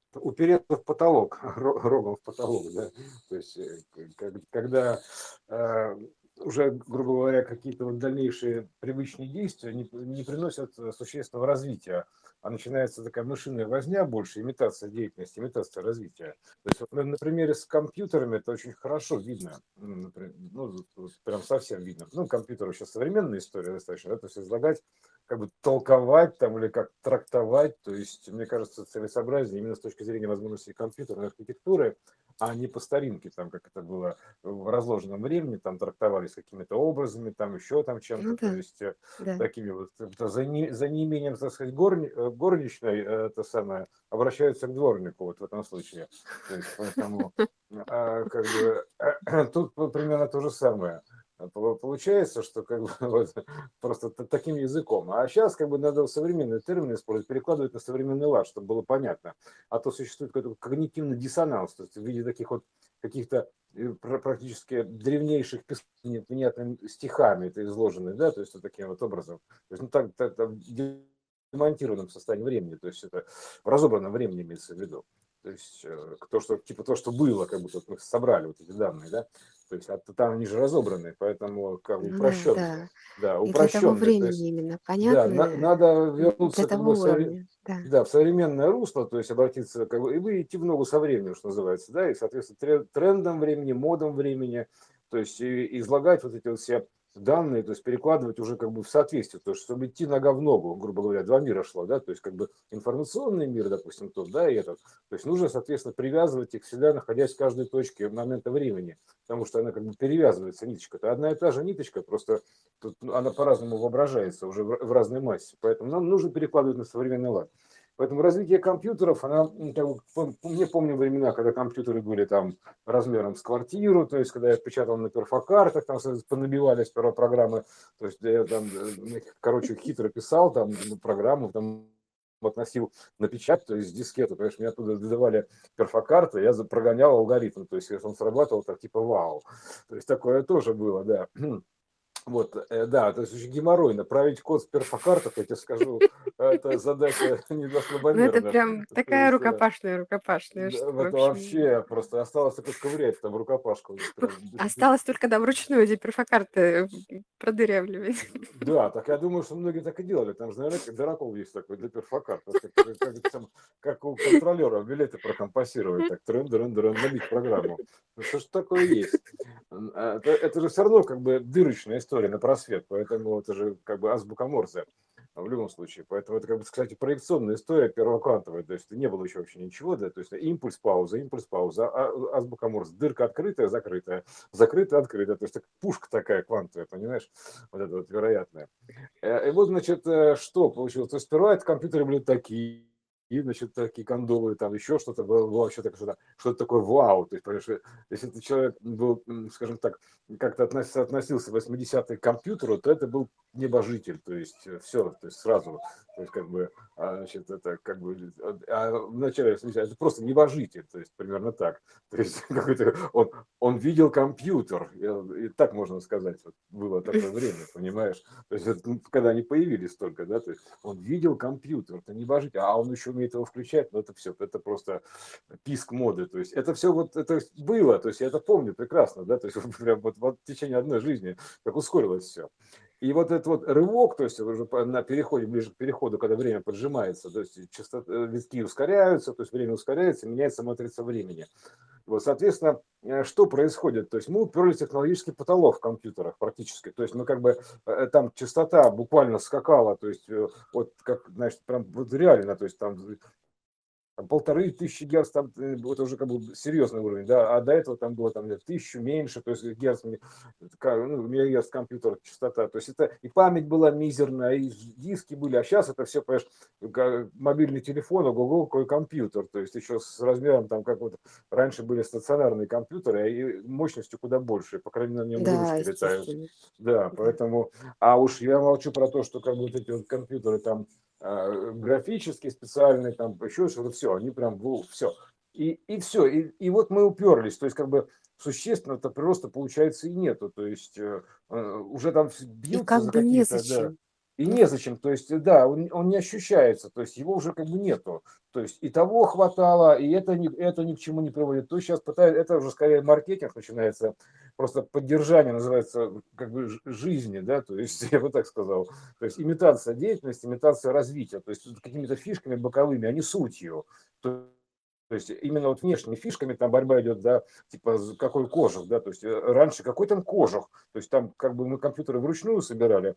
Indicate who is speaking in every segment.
Speaker 1: упереться в потолок, рогом в потолок, да. То есть, когда э, уже, грубо говоря, какие-то вот дальнейшие привычные действия не приносят существенного развития, а начинается такая мышиная возня больше, имитация деятельности, имитация развития. То есть, вот на примере с компьютерами это очень хорошо видно, ну, вот прям совсем видно. Ну, компьютеры сейчас современная история достаточно, да, то есть излагать, как бы толковать там или как трактовать, то есть, мне кажется, целесообразнее именно с точки зрения возможностей компьютерной архитектуры, а не по старинке, там, как это было в разложенном времени, там трактовались какими-то образами, там еще там
Speaker 2: Ну
Speaker 1: чем-то,
Speaker 2: да,
Speaker 1: то есть
Speaker 2: да.
Speaker 1: такими вот, за неимением, так сказать, горничной, это самое, обращаются к дворнику вот в этом случае. То есть, поэтому как бы тут примерно то же самое. Получается, что как бы вот, просто таким языком. А сейчас как бы надо современные термины использовать, перекладывать на современный лад, чтобы было понятно. А то существует какой-то когнитивный диссонанс, то есть в виде таких вот каких-то практически древнейших писаний понятными стихами это изложены, да, то есть вот таким вот образом. То есть, ну, так в демонтированном состоянии времени, то есть это в разобранном времени имеется в виду. То есть то, что, типа то, что было, как будто вот мы собрали вот эти данные, да, то есть там они же разобраны, поэтому как бы
Speaker 2: Да,
Speaker 1: упрощенные,
Speaker 2: да.
Speaker 1: да,
Speaker 2: И для того
Speaker 1: упрощенные, то есть
Speaker 2: времени именно,
Speaker 1: да,
Speaker 2: понятно,
Speaker 1: надо
Speaker 2: для
Speaker 1: вернуться как
Speaker 2: того
Speaker 1: бы
Speaker 2: уровня, да.
Speaker 1: да, в современное русло, то есть обратиться, как бы, и вы идти в ногу со временем, что называется, да, и, соответственно, трендом времени, модом времени, то есть и излагать вот эти вот все данные, то есть перекладывать уже как бы в соответствие, то есть чтобы идти нога в ногу, грубо говоря, два мира шло, да, то есть как бы информационный мир, допустим, тот, да, и этот, то есть нужно, соответственно, привязывать их всегда, находясь в каждой точке момента времени, потому что она как бы перевязывается, ниточка, это одна и та же ниточка, просто тут она по-разному воображается уже в разной массе, поэтому нам нужно перекладывать на современный лад. Поэтому развитие компьютеров, она, как бы, мне помню времена, когда компьютеры были там размером с квартиру, то есть когда я печатал на перфокартах, там понабивались программы, то есть я там, короче, хитро писал там программу, там относил на печать, то есть дискету, понимаешь, мне оттуда выдавали перфокарты, я прогонял алгоритм, то есть если он срабатывал, так типа вау. То есть такое тоже было, да. Вот, да, то есть очень геморройно. Править код с перфокартов, я тебе скажу, это задача не для
Speaker 2: Ну, это
Speaker 1: слабонервных.
Speaker 2: прям
Speaker 1: То
Speaker 2: такая
Speaker 1: есть
Speaker 2: рукопашная, что,
Speaker 1: да,
Speaker 2: в
Speaker 1: это
Speaker 2: общем.
Speaker 1: вообще просто осталось только ковырять там рукопашку. Прям
Speaker 2: Осталось только, да, вручную эти перфокарты, продырявливать.
Speaker 1: да, так я думаю, что многие так и делали. Там же, наверное, дырокол есть такой для перфокарт. Вот как у контролера билеты прокомпасировать, так трын, набить программу. Ну что ж такое есть? Это же все равно как бы дырочная история на просвет, поэтому это же как бы азбука Морзе в любом случае. Поэтому это, как бы, кстати, проекционная история первоквантовая. То есть не было еще вообще ничего, да, то есть импульс, пауза, азбука Морзе, дырка открытая, закрытая, закрытая, открытая. То есть пушка такая квантовая, понимаешь? Вот это вот вероятное. И вот, значит, что получилось? То есть сперва это компьютеры были такие, и, значит, такие кондовые, там еще что-то было вообще так, что-то такое вау. То есть, понимаешь, если этот человек был, скажем так, как-то относился в 80-е к компьютеру, то это был небожитель, то есть все, то есть сразу, то есть как бы, значит, это как бы, в начале 80-х это просто небожитель, то есть примерно так. То есть какой-то, он видел компьютер, и так можно сказать, вот было такое время, понимаешь? То есть, когда они появились только, да, то есть он видел компьютер, это небожитель, а он еще умеет его включать, но это все, это просто писк моды, то есть это все вот, это было, то есть я это помню прекрасно, да, то есть прям вот в течение одной жизни, как ускорилось все. И вот этот вот рывок, то есть уже на переходе, ближе к переходу, когда время поджимается, то есть витки ускоряются, то есть время ускоряется, меняется матрица времени. Вот, соответственно, что происходит? То есть мы уперлись в технологический потолок в компьютерах практически. То есть мы как бы там частота буквально скакала, то есть вот как, значит, прям вот реально, то есть там там 1500 герц, там это уже как бы серьезный уровень, да, а до этого там было там 1000 меньше, то есть герц, ну, мегагерц компьютер, частота, то есть это и память была мизерная, и диски были, а сейчас это все, понимаешь, мобильный телефон, ого-го, какой компьютер, то есть еще с размером там, как вот раньше были стационарные компьютеры, и мощностью куда больше, по крайней мере, на нем
Speaker 2: Да,
Speaker 1: девочки летают,
Speaker 2: естественно,
Speaker 1: да,
Speaker 2: да.
Speaker 1: поэтому, а уж я молчу про то, что как бы вот эти вот компьютеры там графические специальные, там еще что-то, все, они прям, все. И все, и вот мы уперлись, то есть как бы существенно-то прироста получается и нету, то есть уже там
Speaker 2: И
Speaker 1: бьются
Speaker 2: как
Speaker 1: за
Speaker 2: бы
Speaker 1: какие-то, да,
Speaker 2: незачем.
Speaker 1: И
Speaker 2: Ну,
Speaker 1: незачем, то есть, да, он не ощущается, то есть его уже как бы нету. То есть и того хватало, и это ни к чему не приводит. То сейчас пытаются, это уже скорее маркетинг начинается, просто поддержание называется как бы жизни, да, то есть я бы так сказал. То есть имитация деятельности, имитация развития, то есть какими-то фишками боковыми, а не сутью. То есть именно вот внешними фишками там борьба идет, да, типа какой кожух, да, то есть раньше какой там кожух, то есть там как бы мы компьютеры вручную собирали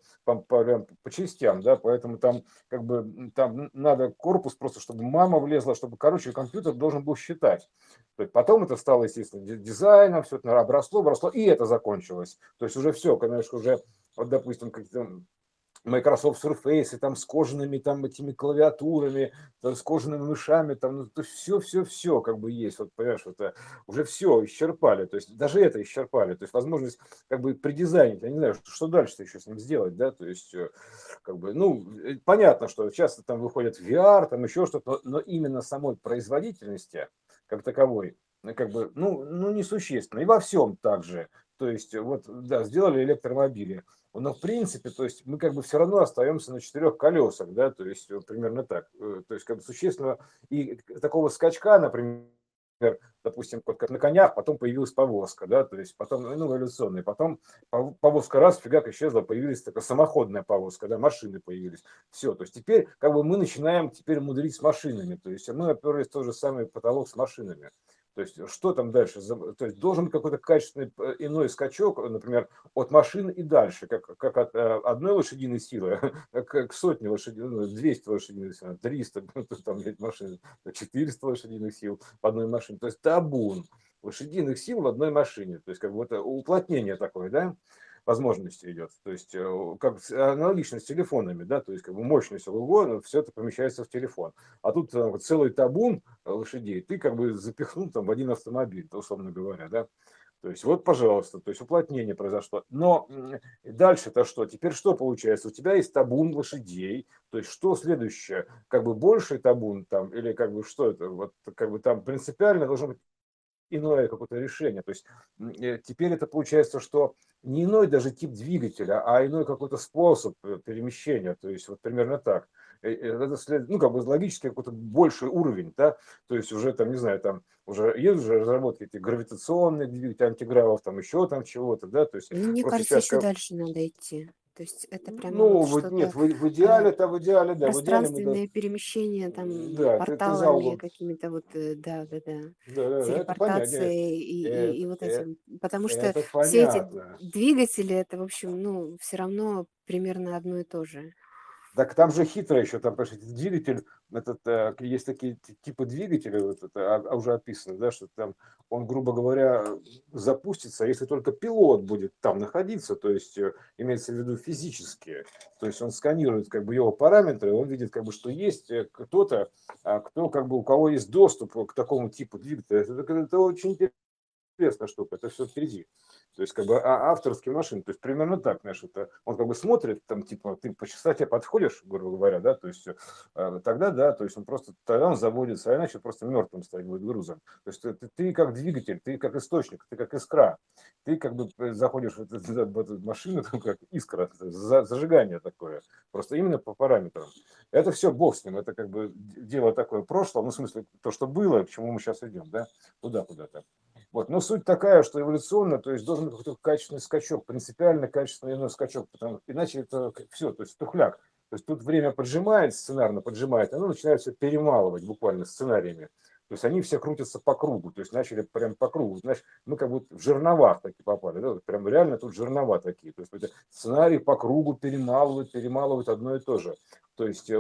Speaker 1: по частям, да, поэтому там как бы там надо корпус просто, чтобы мама влезла, чтобы, короче, компьютер должен был считать. То есть потом это стало, естественно, дизайном, все это обросло, и это закончилось. То есть уже все, конечно, уже, вот, допустим, какие-то Microsoft Surface, и там с кожаными там этими клавиатурами, там, с кожаными мышами, там, ну, то все как бы есть, вот, понимаешь, это уже все исчерпали, то есть даже это исчерпали, то есть возможность как бы придизайнить, я не знаю, что дальше еще с ним сделать, да, то есть как бы, ну, понятно, что часто там выходит VR, там еще что-то, но именно самой производительности как таковой, как бы, ну, несущественно, и во всем также, то есть вот, да, сделали электромобили, но в принципе, то есть мы как бы все равно остаемся на четырех колесах, да, то есть примерно так. То есть как бы существенно и такого скачка, например, допустим, вот как на конях, потом появилась повозка, да, то есть потом, ну, эволюционная, потом повозка раз, фигак исчезла, появилась такая самоходная повозка, да, машины появились. Все, то есть теперь как бы мы начинаем теперь мудрить с машинами, то есть мы оперлись в тот же самый потолок с машинами. То есть что там дальше? То есть должен быть какой-то качественный иной скачок, например, от машин и дальше, как от одной лошадиной силы к сотне лошадиных, ну, 200 лошадиных сил, 300 там, машин, 400 лошадиных сил в одной машине. То есть табун лошадиных сил в одной машине. То есть как бы это уплотнение такое, да, возможности идет. То есть как аналогично с телефонами, да, то есть как бы мощность ого, все это помещается в телефон. А тут целый табун лошадей ты как бы запихнул там в один автомобиль, условно говоря, да. То есть вот, пожалуйста, то есть уплотнение произошло. Но дальше-то что? Теперь что получается? У тебя есть табун лошадей, то есть что следующее? Как бы больший табун там или как бы что это? Вот как бы там принципиально должно быть иное какое-то решение. То есть теперь это получается, что не иной даже тип двигателя, а иной какой-то способ перемещения. То есть вот примерно так. Это ну, как бы логически какой-то больший уровень, да, то есть уже там, не знаю, там уже есть уже разработки эти гравитационные двигатели, антигравов, там еще там чего-то, да, то есть
Speaker 2: ну, мне
Speaker 1: просто
Speaker 2: кажется,
Speaker 1: сейчас
Speaker 2: еще
Speaker 1: как,
Speaker 2: дальше надо идти. То есть это прямо
Speaker 1: ну,
Speaker 2: вот
Speaker 1: вот нет,
Speaker 2: что-то
Speaker 1: в
Speaker 2: э,
Speaker 1: идеале, в идеале, да, в идеале мы,
Speaker 2: пространственное перемещение там
Speaker 1: да, ты за
Speaker 2: порталами
Speaker 1: угол,
Speaker 2: какими-то вот, да-да-да,
Speaker 1: да, да, да, это понятно,
Speaker 2: телепортацией и вот этим. Потому что
Speaker 1: это
Speaker 2: все эти
Speaker 1: понятно.
Speaker 2: двигатели, это, в общем, ну, все равно примерно одно и то же.
Speaker 1: Так там же хитро еще, там, понимаешь, двигатель, этот, есть такие типы двигателей, вот это уже описано, да, что там он, грубо говоря, запустится, если только пилот будет там находиться, то есть имеется в виду физически, то есть он сканирует как бы его параметры, он видит как бы, что есть кто-то, кто как бы, у кого есть доступ к такому типу двигателя. Это очень интересная штука, это все впереди. То есть, как бы авторские машины, то есть примерно так, знаешь, это он как бы смотрит, там, типа, ты по частоте подходишь, грубо говоря, да, то есть тогда, да, то есть он просто, тогда он заводится, а иначе просто мертвым стать будет грузом. То есть ты как двигатель, ты как источник, ты как искра, ты как бы заходишь в эту машину, там, как искра, зажигание такое, просто именно по параметрам. Это все бог с ним, это как бы дело такое прошлое, ну, в смысле, то, что было, к чему мы сейчас идем, да, туда куда-то. Вот. Но суть такая, что эволюционно, то есть должен быть какой-то качественный скачок, принципиально качественный иной скачок, потому иначе это все, то есть тухляк. То есть тут время поджимает, сценарно поджимает, оно начинает все перемалывать буквально сценариями. То есть они все крутятся по кругу, то есть начали прям по кругу. Знаешь, мы как будто в жернова такие попали, да? Вот прям реально тут жернова такие. То есть это сценарий по кругу перемалывают одно и то же. То есть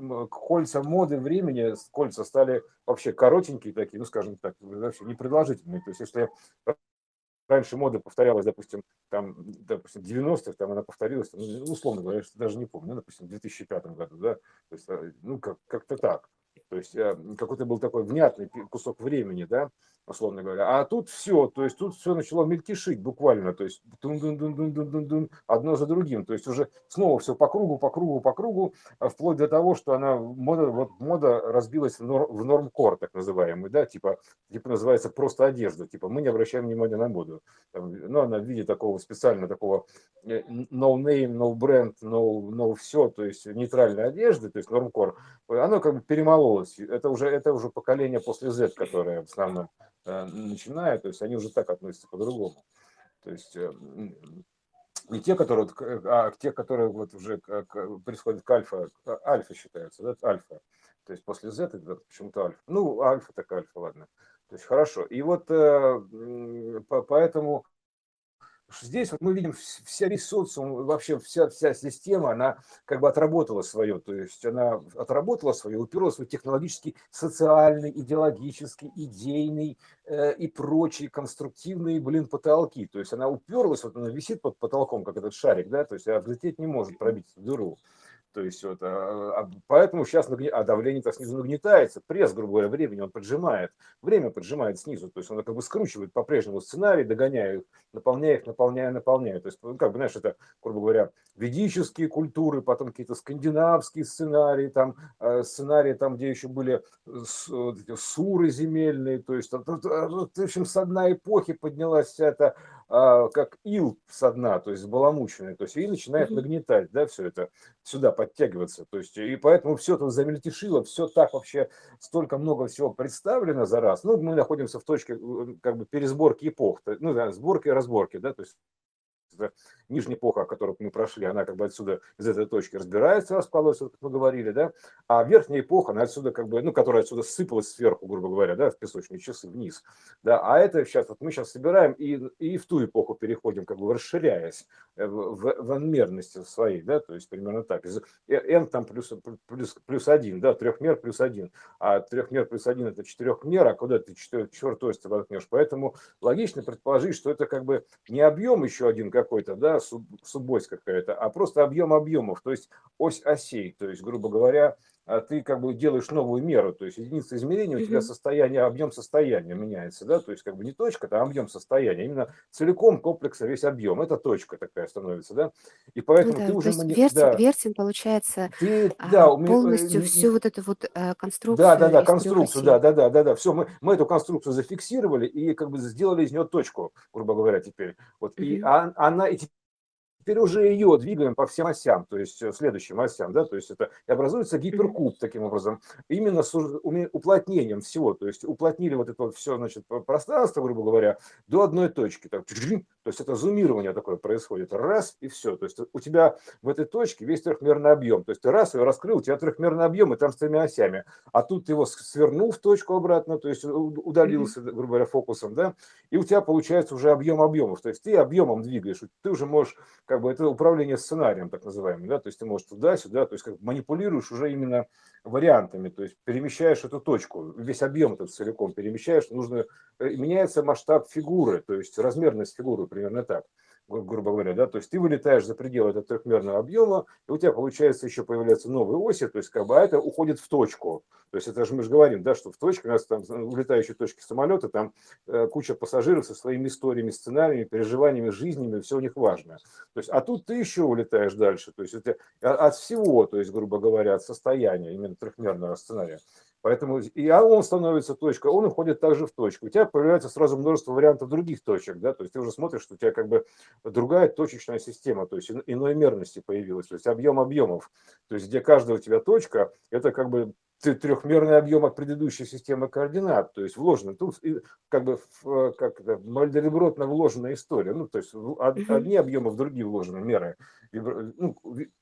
Speaker 1: кольца моды времени, кольца стали вообще коротенькие такие, ну, скажем так, вообще непродолжительные. То есть если раньше мода повторялась, допустим, в 90-х, там она повторилась, ну, условно говоря, я даже не помню, ну, допустим, в 2005 году, да, то есть, ну, как-то так. То есть какой-то был такой внятный кусок времени, да, условно говоря. А тут все, то есть тут все начало мельтешить буквально, то есть дун-дун-дун-дун-дун-дун, одно за другим. То есть уже снова все по кругу, по кругу, по кругу, вплоть до того, что она мода разбилась в нормкор, так называемый, да, типа называется просто одежда, типа мы не обращаем внимания на моду. Там, ну, она в виде такого специально такого no name, no brand, no все, то есть нейтральной одежды, то есть нормкор, оно как бы перемололось. Это уже поколение после Z, которое в основном начинает, то есть они уже так относятся по-другому. То есть не те, которые, а те, которые вот уже приходят к альфа считаются, да, альфа. То есть после Z это почему-то альфа. Ну, альфа так альфа, ладно. То есть хорошо. И вот поэтому здесь вот мы видим весь социум, вообще вся система, она как бы отработала свое, то есть она отработала свое, уперлась в технологический, социальный, идеологический, идейный и прочие конструктивные, потолки. То есть она уперлась, вот она висит под потолком, как этот шарик, да, то есть взлететь не может, пробить эту дыру. То есть вот, поэтому сейчас давление-то снизу нагнетается, пресс, грубо говоря, времени он поджимает, время поджимает снизу, то есть он как бы скручивает по-прежнему сценарий, догоняя их, наполняя. То есть, как бы, знаешь, это, грубо говоря, ведические культуры, потом какие-то скандинавские сценарии, там, сценарии, там, где еще были суры земельные, то есть, в общем, с дна эпохи поднялась вся эта как ил со дна, то есть баламученный, то есть и начинает нагнетать, да, все это сюда подтягиваться, то есть и поэтому все тут замельтешило, все так вообще, столько много всего представлено за раз. Ну, мы находимся в точке как бы пересборки эпох, ну, да, сборки и разборки, да, то есть нижняя эпоха, которую мы прошли, она как бы отсюда, из этой точки разбирается, раскладывается, как мы говорили, да, а верхняя эпоха, она отсюда как бы, ну, которая отсюда сыпалась сверху, грубо говоря, да, в песочные часы вниз, да, а это сейчас, вот мы сейчас собираем и в ту эпоху переходим, как бы расширяясь в n-мерности своей, да, то есть примерно так, из n там плюс один, да, трехмер плюс один, а трехмер плюс один это четырехмер, а куда ты четвертой воткнешь, поэтому логично предположить, что это как бы не объем еще один какой-то, да, субось какая-то, а просто объем объемов, то есть ось осей, то есть, грубо говоря, ты как бы делаешь новую меру, то есть единица измерения у тебя состояние, объем состояния меняется, да, то есть как бы не точка, а объем состояния, именно целиком комплекса весь объем, это точка такая становится, да, и
Speaker 2: Ну
Speaker 1: поэтому ты
Speaker 2: да, то
Speaker 1: уже,
Speaker 2: есть
Speaker 1: да,
Speaker 2: вертим, получается,
Speaker 1: ты, да,
Speaker 2: полностью всю вот эту вот
Speaker 1: да,
Speaker 2: конструкцию из трех
Speaker 1: конструкцию,
Speaker 2: осей.
Speaker 1: да. Все, мы эту конструкцию зафиксировали и как бы сделали из нее точку, грубо говоря, теперь. Вот, и
Speaker 2: Мгм.
Speaker 1: она, и теперь уже ее двигаем по всем осям, то есть следующим осям, да, то есть это и образуется
Speaker 2: Мгм.
Speaker 1: гиперкуб таким образом, именно с уплотнением всего, то есть уплотнили вот это вот все, значит, пространство, грубо говоря, до одной точки, так, то есть это зумирование такое происходит, раз и все, то есть у тебя в этой точке весь трехмерный объем, то есть ты раз ее раскрыл, у тебя трехмерный объем, и там с тремя осями, а тут ты его свернул в точку обратно, то есть
Speaker 2: Мгм.
Speaker 1: удалился, грубо говоря, фокусом, да, и у тебя получается уже объем объемов, то есть ты объемом двигаешь, ты уже можешь как бы это управление сценарием, так называемым, да, то есть ты можешь туда-сюда, то есть как манипулируешь уже именно вариантами, то есть перемещаешь эту точку, весь объем этот целиком перемещаешь, нужно, меняется масштаб фигуры, то есть размерность фигуры примерно так, грубо говоря, да, то есть ты вылетаешь за пределы этого трехмерного объема, и у тебя получается еще появляются новые оси, то есть как бы это уходит в точку, то есть это же мы же говорим, да, что в точке у нас там улетающие точки самолета, там куча пассажиров со своими историями, сценариями, переживаниями, жизнями, все у них важно. То есть, а тут ты еще улетаешь дальше, то есть это от всего, то есть, грубо говоря, от состояния именно трехмерного сценария. Поэтому и он становится точкой, он уходит также в точку. У тебя появляется сразу множество вариантов других точек, да, то есть ты уже смотришь, что у тебя как бы другая точечная система, то есть иной мерности появилась, то есть объем объемов, то есть где каждая у тебя точка, это как бы трехмерный объем от предыдущей системы координат, то есть вложено. Тут как бы как это, мальдерибродно вложенная история. Ну, то есть
Speaker 2: Мгм.
Speaker 1: одни объемы в другие вложены меры. Ну,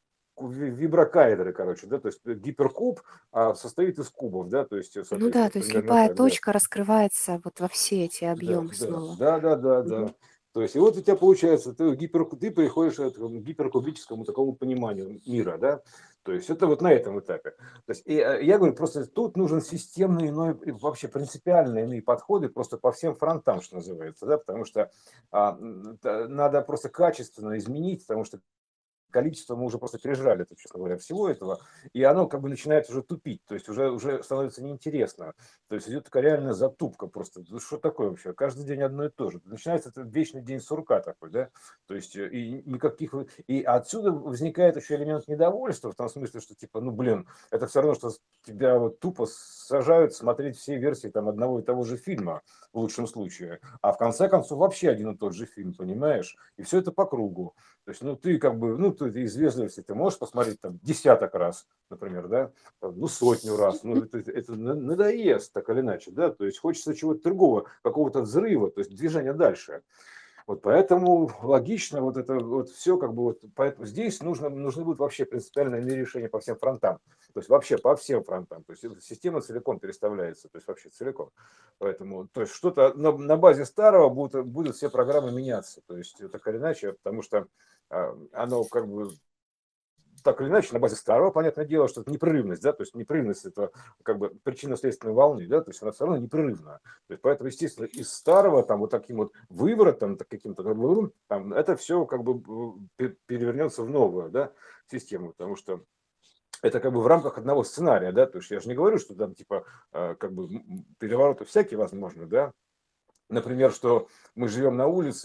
Speaker 1: виброкаэдры, короче, да, то есть гиперкуб состоит из кубов, да, то есть,
Speaker 2: Ну да,
Speaker 1: соответственно,
Speaker 2: то есть
Speaker 1: примерно
Speaker 2: любая
Speaker 1: так, да.
Speaker 2: точка раскрывается вот во все эти
Speaker 1: Да,
Speaker 2: объемы
Speaker 1: да,
Speaker 2: снова.
Speaker 1: да, да, да, да.
Speaker 2: Мгм.
Speaker 1: То есть, и вот у тебя получается, ты приходишь к этому гиперкубическому такому пониманию мира, да. То есть, это вот на этом этапе. То есть, я говорю, просто тут нужен системный иной, вообще принципиально иные подходы просто по всем фронтам, что называется, да, потому что надо просто качественно изменить, потому что количество мы уже просто пережрали, это, честно говоря, всего этого, и оно как бы начинает уже тупить, то есть уже становится неинтересно, то есть идет такая реальная затупка просто. Ну, что такое вообще? Каждый день одно и то же. Начинается этот вечный день сурка такой, да, то есть и никаких... И отсюда возникает еще элемент недовольства, в том смысле, что типа, ну, блин, это все равно, что тебя вот тупо сажают смотреть все версии там одного и того же фильма, в лучшем случае, а в конце концов вообще один и тот же фильм, понимаешь? И все это по кругу. То есть, ну, ты как бы, ну, ты из вежливости, ты можешь посмотреть там десяток раз, например, да, ну, сотню раз, ну, это надоест, так или иначе, да, то есть хочется чего-то другого, какого-то взрыва, то есть движения дальше. Вот поэтому логично вот это вот все как бы вот, поэтому здесь нужны будут вообще принципиальные решения по всем фронтам, то есть вообще по всем фронтам, то есть эта система целиком переставляется, то есть вообще целиком. Поэтому, то есть что-то на базе старого будут все программы меняться, то есть так или иначе, потому что оно как бы так или иначе, на базе старого, понятное дело, что это непрерывность, да, то есть непрерывность это как бы причинно-следственной волны, да, то есть она все равно непрерывна. То есть поэтому, естественно, из старого там вот таким вот выворотом, каким-то там, это все как бы перевернется в новую, да, систему, потому что это как бы в рамках одного сценария, да, то есть я же не говорю, что там типа как бы перевороты всякие возможны, да, например, что мы живем на улице,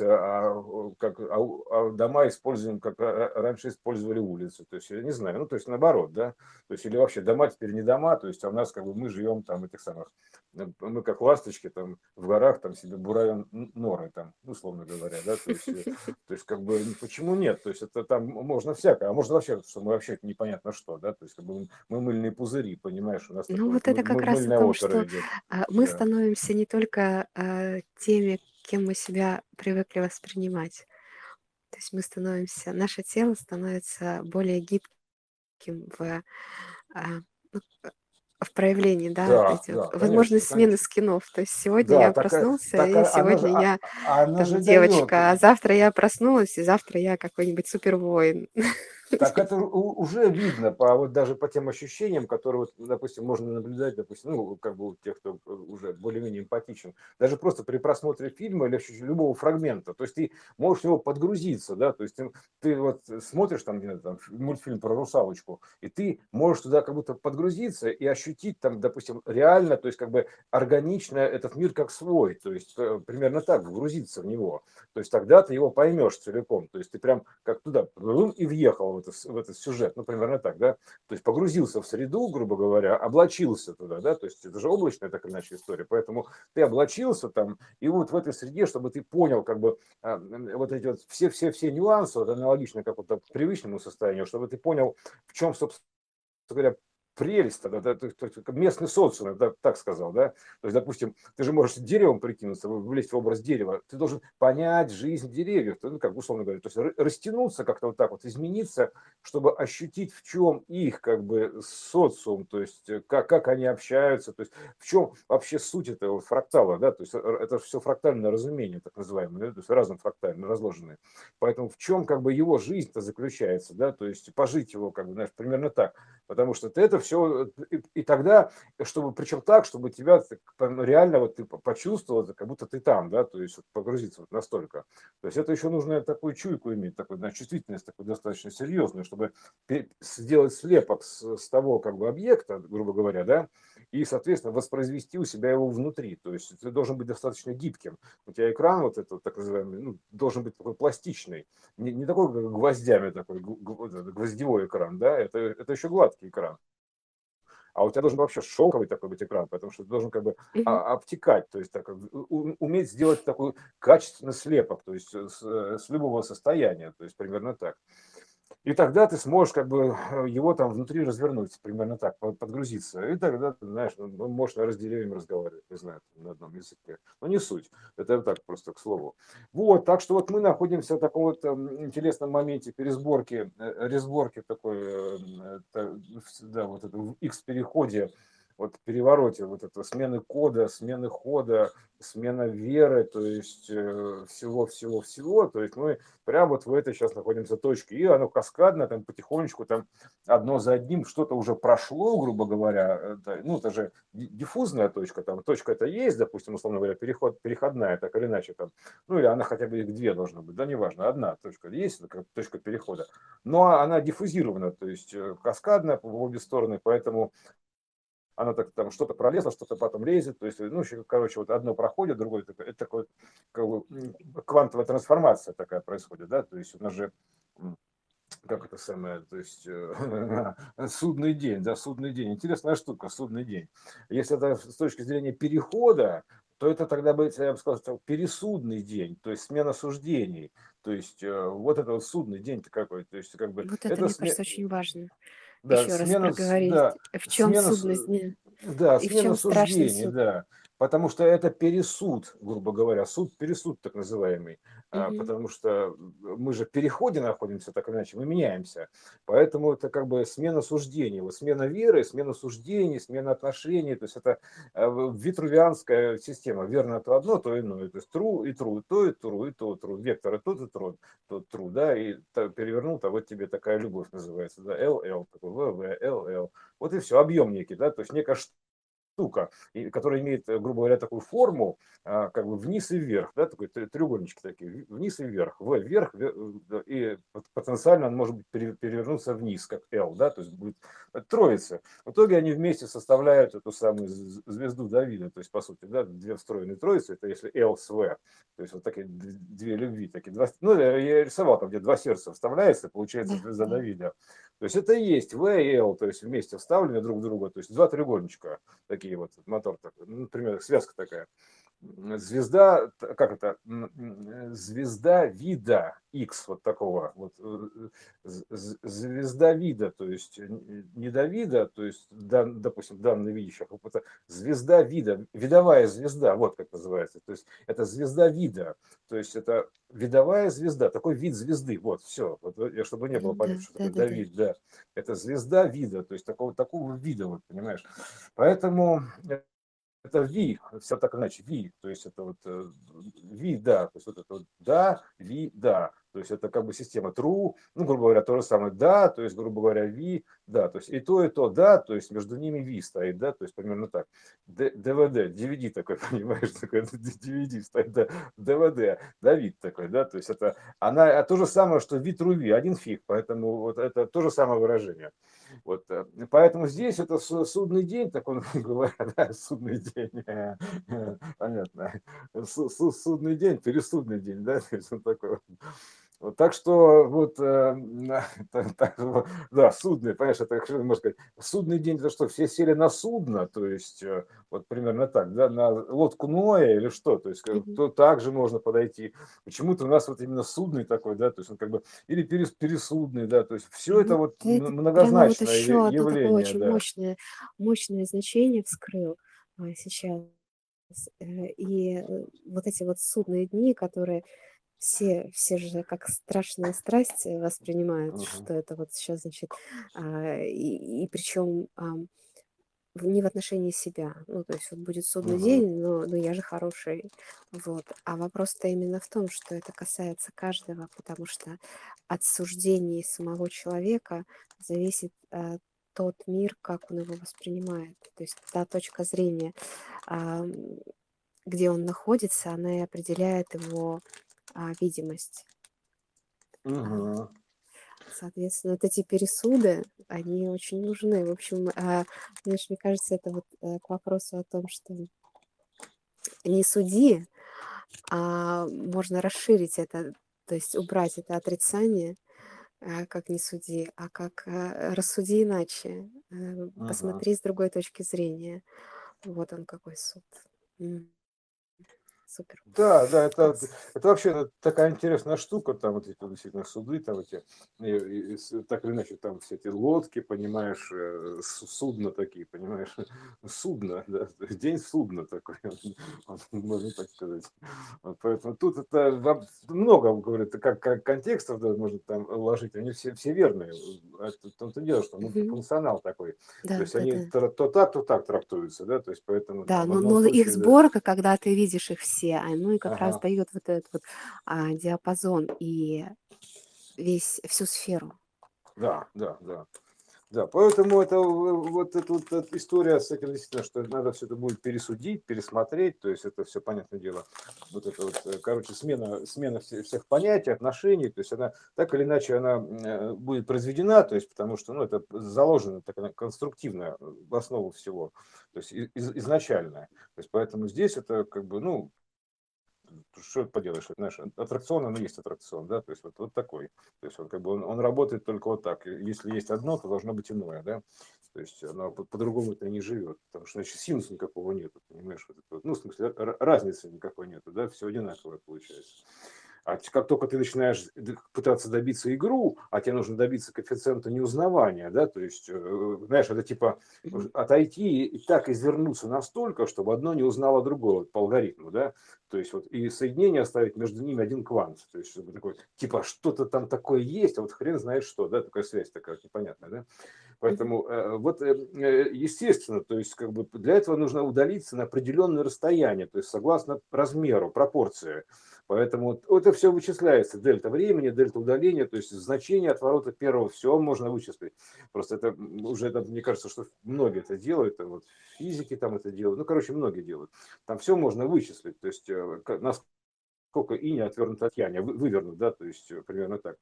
Speaker 1: а дома используем, как раньше использовали улицы. То есть, я не знаю, ну, то есть наоборот, да. То есть, или вообще дома теперь не дома, то есть, а у нас как бы мы живем там этих самых, мы как ласточки там в горах там себе буравим норы там, условно говоря, да. То есть как бы почему нет? То есть, это там можно всякое, а можно вообще, что мы вообще непонятно что, да. То есть, как бы мы мыльные пузыри, понимаешь, у нас
Speaker 2: Ну,
Speaker 1: такой вот
Speaker 2: вот это как раз о
Speaker 1: мыльная
Speaker 2: том,
Speaker 1: опера
Speaker 2: что
Speaker 1: идет.
Speaker 2: мы
Speaker 1: Да.
Speaker 2: становимся не только теми, кем мы себя привыкли воспринимать. То есть мы становимся, наше тело становится более гибким а, ну, в проявлении, да, вот
Speaker 1: Да,
Speaker 2: эти вот
Speaker 1: да,
Speaker 2: возможность
Speaker 1: конечно,
Speaker 2: смены
Speaker 1: конечно.
Speaker 2: скинов. То есть сегодня
Speaker 1: Да,
Speaker 2: я
Speaker 1: так,
Speaker 2: проснулся,
Speaker 1: так
Speaker 2: и
Speaker 1: она же,
Speaker 2: сегодня я
Speaker 1: она
Speaker 2: там
Speaker 1: же дает.
Speaker 2: девочка, а завтра я проснулась, и завтра я какой-нибудь супервоин.
Speaker 1: Так это уже видно по вот даже по тем ощущениям, которые, вот, допустим, можно наблюдать, допустим, ну, как бы у тех, кто уже более-менее эмпатичен, даже просто при просмотре фильма или любого фрагмента, то есть ты можешь в него подгрузиться, да, то есть ты вот смотришь там, не знаю, там мультфильм про русалочку, и ты можешь туда как будто подгрузиться и ощутить там, допустим, реально, то есть как бы органично этот мир как свой, то есть примерно так, вгрузиться в него, то есть тогда ты его поймешь целиком, то есть ты прям как туда и въехал в этот сюжет, ну, примерно так, да, то есть погрузился в среду, грубо говоря, облачился туда, да, то есть это же облачная так или иначе история, поэтому ты облачился там, и вот в этой среде, чтобы ты понял, как бы, вот эти вот все нюансы, вот аналогично как вот к привычному состоянию, чтобы ты понял, в чем, собственно говоря, прелесть, тогда, да, местный социум, я так сказал, да, то есть, допустим, ты же можешь деревом прикинуться, влезть в образ дерева, ты должен понять жизнь деревьев, ну, как условно говоря, то есть растянуться как-то вот так вот, измениться, чтобы ощутить, в чем их как бы социум, то есть как они общаются, то есть в чем вообще суть этого фрактала, да, то есть это все фрактальное разумение, так называемое, да, то есть разом фрактально разложенные, поэтому в чем как бы его жизнь-то заключается, да, то есть пожить его, как бы, знаешь, примерно так, потому что ты это все, и тогда, чтобы, причем так, чтобы тебя реально вот ты почувствовал, как будто ты там, да, то есть вот погрузиться вот настолько. То есть это еще нужно такую чуйку иметь, такую, да, чувствительность такую достаточно серьезную, чтобы сделать слепок с того как бы объекта, грубо говоря, да, и, соответственно, воспроизвести у себя его внутри. То есть ты должен быть достаточно гибким. У тебя экран вот этот, так называемый, ну, должен быть такой пластичный, не такой, как гвоздями такой, гвоздевой экран, да, это еще гладкий экран. А у тебя должен вообще шелковый такой быть экран, потому что ты должен как бы
Speaker 2: Мгм.
Speaker 1: обтекать, то есть так, уметь сделать такой качественный слепок, то есть с любого состояния, то есть примерно так. И тогда ты сможешь как бы его там внутри развернуть, примерно так, подгрузиться. И тогда, ты знаешь, ну, можешь, наверное, с деревьями разговаривать, не знаю, на одном языке. Но не суть. Это так просто к слову. Вот, так что вот мы находимся в таком вот интересном моменте пересборки, резборки такой, да, вот это в X-переходе вот перевороте, вот это смены кода, смены хода, смена веры, то есть всего-всего-всего, то есть мы прямо вот в этой сейчас находимся точке, и оно каскадно, там потихонечку, там одно за одним что-то уже прошло, грубо говоря, ну это же диффузная точка, там точка это есть, допустим, условно говоря, переходная, так или иначе, там, ну или она хотя бы их две должна быть, да, неважно, одна точка есть, это как точка перехода, но она диффузирована, то есть каскадная в обе стороны, поэтому она так там что-то пролезла, что-то потом лезет, то есть, ну, короче, вот одно проходит, другое, это такое, как бы, квантовая трансформация такая происходит, да, то есть у нас же, как это самое, то есть судный день, да, судный день, интересная штука, судный день. Если это с точки зрения перехода, то это тогда бы, я бы сказал, пересудный день, то есть смена суждений, то есть вот это вот судный день-то какой, то есть как бы
Speaker 2: Вот это,
Speaker 1: это
Speaker 2: мне кажется, очень важно.
Speaker 1: да,
Speaker 2: Еще раз
Speaker 1: смена,
Speaker 2: проговорить,
Speaker 1: да,
Speaker 2: в чем
Speaker 1: с-
Speaker 2: судность дня
Speaker 1: да,
Speaker 2: и в
Speaker 1: смена
Speaker 2: чем страшный
Speaker 1: суждений,
Speaker 2: суд.
Speaker 1: да, потому что это пересуд, грубо говоря, пересуд так называемый,
Speaker 2: Мгм.
Speaker 1: потому что мы же в переходе находимся, так или иначе, мы меняемся, поэтому это как бы смена суждений, вот смена веры, смена суждений, смена отношений, то есть это витрувианская система, верно то одно, то иное, то есть true и true, то и true, и то true, вектор и тот и тот true, да, и перевернул, то вот тебе такая любовь называется, да, LL, такой VV, LL, вот и все, объем некий, да, то есть некая штука, которая имеет, грубо говоря, такую форму, как бы вниз и вверх, да, такой треугольнички такие, вниз и вверх, вверх, и потенциально он может быть перевернуться вниз, как L, да, то есть будет троица. В итоге они вместе составляют эту самую звезду Давида, то есть, по сути, да, две встроенные троицы, это если L с V, то есть вот такие две любви, такие два, ну, я рисовал там, где два сердца вставляется, получается
Speaker 2: Да,
Speaker 1: звезда
Speaker 2: да.
Speaker 1: Давида. То есть это и есть V и L, то есть вместе вставлены друг в друга, то есть два треугольничка такие вот, мотор такой, ну, например, связка такая. Звезда, как это, звезда вида X вот такого, вот, звезда вида, то есть не до вида, то есть, допустим, данный видящих, это звезда вида, видовая звезда, вот как называется, то есть это звезда вида, то есть это видовая звезда, такой вид звезды, вот, все, вот, чтобы не было
Speaker 2: Да,
Speaker 1: понятно, что
Speaker 2: да,
Speaker 1: такое
Speaker 2: да, да.
Speaker 1: Давид, да, это звезда вида, то есть такого вида, вот, понимаешь, поэтому это ви, все так иначе, ви, то есть это вот ви, да, то есть вот это вот да, ви, да, то есть это как бы система true, ну, грубо говоря, то же самое да, то есть, грубо говоря, ви, да, то есть и то, да, то есть между ними ви стоит, да, то есть примерно так. ДВД, DVD такой, понимаешь, такой DVD стоит, да, ДВД, Давид такой, да, то есть это, она то же самое, что ви, true, ви, один фиг, поэтому вот это то же самое выражение. Вот, поэтому здесь это судный день, так он говорят, да, судный день, понятно, судный день, пересудный день, да, то есть он такой вот. Вот, так что вот, да, судный, понимаешь, это, можно сказать, судный день, это что, все сели на судно, то есть, вот примерно так, да, на лодку Ноя или что, то есть,
Speaker 2: Мгм.
Speaker 1: то также можно подойти. Почему-то у нас вот именно судный такой, да, то есть он как бы, или пересудный, да, то есть все это
Speaker 2: Вот
Speaker 1: вот
Speaker 2: ты это прямо вот
Speaker 1: многозначное
Speaker 2: еще одно такое
Speaker 1: явление,
Speaker 2: очень
Speaker 1: да.
Speaker 2: мощное значение вскрыл сейчас. И вот эти вот судные дни, которые все же как страшная страсть воспринимают,
Speaker 1: Мгм.
Speaker 2: что это вот сейчас, значит, и причем не в отношении себя. Ну, то есть вот будет судный
Speaker 1: Мгм.
Speaker 2: день, но я же хороший. Вот. А вопрос-то именно в том, что это касается каждого, потому что от суждений самого человека зависит тот мир, как он его воспринимает. То есть та точка зрения, ам, где он находится, она и определяет его видимость. А,
Speaker 1: Мгм.
Speaker 2: Соответственно, вот эти пересуды, они очень нужны. В общем, знаешь, мне кажется, это вот к вопросу о том, что не суди, а можно расширить это, то есть убрать это отрицание, как не суди, а как рассуди иначе,
Speaker 1: Мгм.
Speaker 2: посмотри с другой точки зрения. Вот он какой суд. М. Супер.
Speaker 1: Да, да,
Speaker 2: Класс.
Speaker 1: это вообще такая интересная штука, там вот эти вот действительно суды, там эти, так или иначе, там все эти лодки, понимаешь, судна такие, понимаешь, судно, да, день судна такой, можно так сказать. Вот поэтому тут это много, говорит, как контекстов, да, можно там ложить, они все верные. Это в том-то дело, что
Speaker 2: Мгм.
Speaker 1: мультифункционал такой. То
Speaker 2: Да,
Speaker 1: есть
Speaker 2: да,
Speaker 1: они
Speaker 2: да.
Speaker 1: то так трактуются, да, то есть поэтому
Speaker 2: Да,
Speaker 1: там в
Speaker 2: но,
Speaker 1: одном
Speaker 2: но их
Speaker 1: случае, да,
Speaker 2: сборка, когда ты видишь их все, ну и как раз
Speaker 1: ага.
Speaker 2: дает вот этот вот диапазон и всю сферу.
Speaker 1: Да, да, да. Да, поэтому это вот эта вот эта история с этим действительно, что надо все это будет пересудить, пересмотреть, то есть это все понятное дело, вот это вот, короче, смена всех понятий, отношений, то есть она так или иначе она будет произведена, то есть потому что, ну, это заложено так конструктивно в основу всего, то есть изначально, то есть поэтому здесь это как бы, ну, что поделаешь, это, знаешь, аттракцион, он и есть аттракцион, да, то есть вот такой. То есть он как бы он работает только вот так. Если есть одно, то должно быть иное, да. То есть оно по-другому это не живет, потому что, значит, синуса никакого нету, понимаешь, вот это вот. Ну, в смысле, разницы никакой нету, да, все одинаковое получается. А как только ты начинаешь пытаться добиться игру, а тебе нужно добиться коэффициента неузнавания, да, то есть, знаешь, это типа
Speaker 2: Мгм.
Speaker 1: отойти и так извернуться настолько, чтобы одно не узнало другое вот по алгоритму, да, то есть вот и соединение оставить между ними один квант, то есть чтобы такой, типа что-то там такое есть, а вот хрен знает что, да, такая связь такая непонятная, да.
Speaker 2: Мгм.
Speaker 1: Поэтому естественно, то есть как бы для этого нужно удалиться на определенное расстояние, то есть согласно размеру, пропорции. Поэтому вот это все вычисляется, дельта времени, дельта удаления, то есть значение отворота первого, все можно вычислить. Просто это уже, это, мне кажется, что многие это делают, вот физики там это делают, ну, короче, многие делают. Там все можно вычислить, то есть насколько инь отвернут от яня, вывернут, да, то есть примерно так.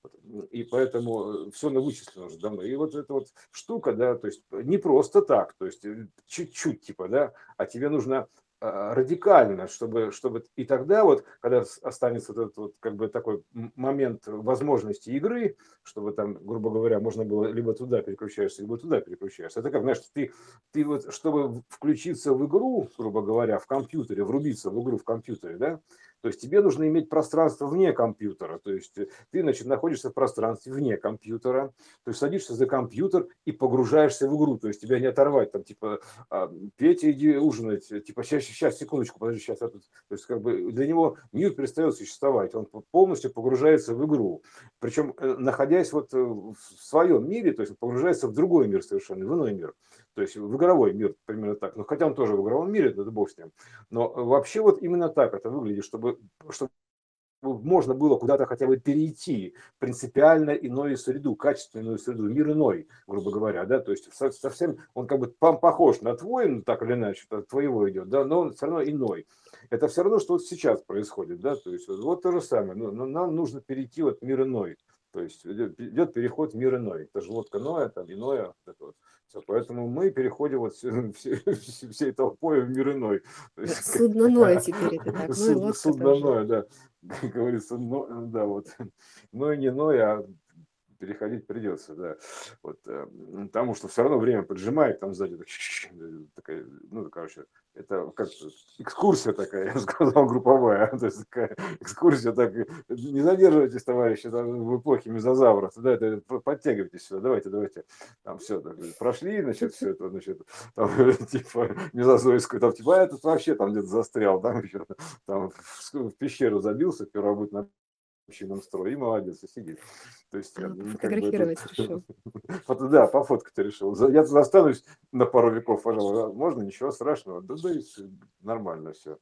Speaker 1: И поэтому все на вычислено уже давно. И вот эта вот штука, да, то есть не просто так, то есть чуть-чуть типа, да, а тебе нужно радикально, чтобы и тогда вот, когда останется вот этот вот как бы такой момент возможности игры, чтобы там, грубо говоря, можно было либо туда переключаешься, либо туда переключаешься. Это как, знаешь, ты вот, чтобы включиться в игру, грубо говоря, в компьютере, врубиться в игру в компьютере, да, то есть тебе нужно иметь пространство вне компьютера. То есть ты, значит, находишься в пространстве вне компьютера, то есть садишься за компьютер и погружаешься в игру. То есть тебя не оторвать, там, типа, Петя, иди ужинать, типа, сейчас, секундочку, подожди, сейчас я тут. То есть, как бы для него мир перестает существовать, он полностью погружается в игру. Причем, находясь вот в своем мире, то есть он погружается в другой мир совершенно, в иной мир. То есть в игровой мир, примерно так. Ну, хотя он тоже в игровом мире, это бог с ним. Но вообще вот именно так это выглядит, чтобы можно было куда-то хотя бы перейти принципиально иную среду, качественно иную среду, мир иной, грубо говоря, да, то есть совсем он как бы похож на твой, ну, так или иначе, от твоего идет, да, но он все равно иной. Это все равно, что вот сейчас происходит, да, то есть вот то же самое, но нам нужно перейти вот в мир иной, то есть идет переход в мир иной, это же лодка Ноя, там иное, вот это вот. Все, поэтому мы переходим вот всей толпой в мир иной. То есть,
Speaker 2: Судно Ноя теперь это так. Ну и лодка
Speaker 1: судно
Speaker 2: тоже.
Speaker 1: Ноя, да. Как говорится, да, вот. Но и не Ной, а переходить придется, да. Вот, потому что все равно время поджимает, там сзади такая, ну, короче, это как экскурсия такая, я бы сказал, групповая. То есть такая экскурсия, так, не задерживайтесь, товарищи, там, в эпохе мезозавров, да, это, подтягивайтесь сюда, давайте, там все, прошли, значит, все это, значит, там, типа, мезозойскую, там, типа, этот вообще там где-то застрял, там еще, там, в пещеру забился в первобытном общинном строе и молодец, и сидит. То есть, как бы тут,
Speaker 2: Пофотографировать решил.
Speaker 1: да, пофоткать решил. Я застанусь на пару веков, пожалуй, можно, ничего страшного, да, и нормально все.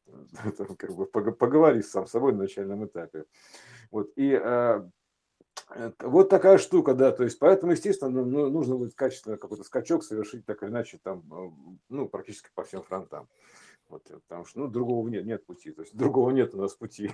Speaker 1: Как бы поговори сам с собой на начальном этапе. Вот, и вот такая штука, да, то есть поэтому, естественно, нужно будет качественно какой-то скачок совершить так или иначе там, ну, практически по всем фронтам. Вот, потому что, ну, другого нет пути, то есть другого нет у нас пути.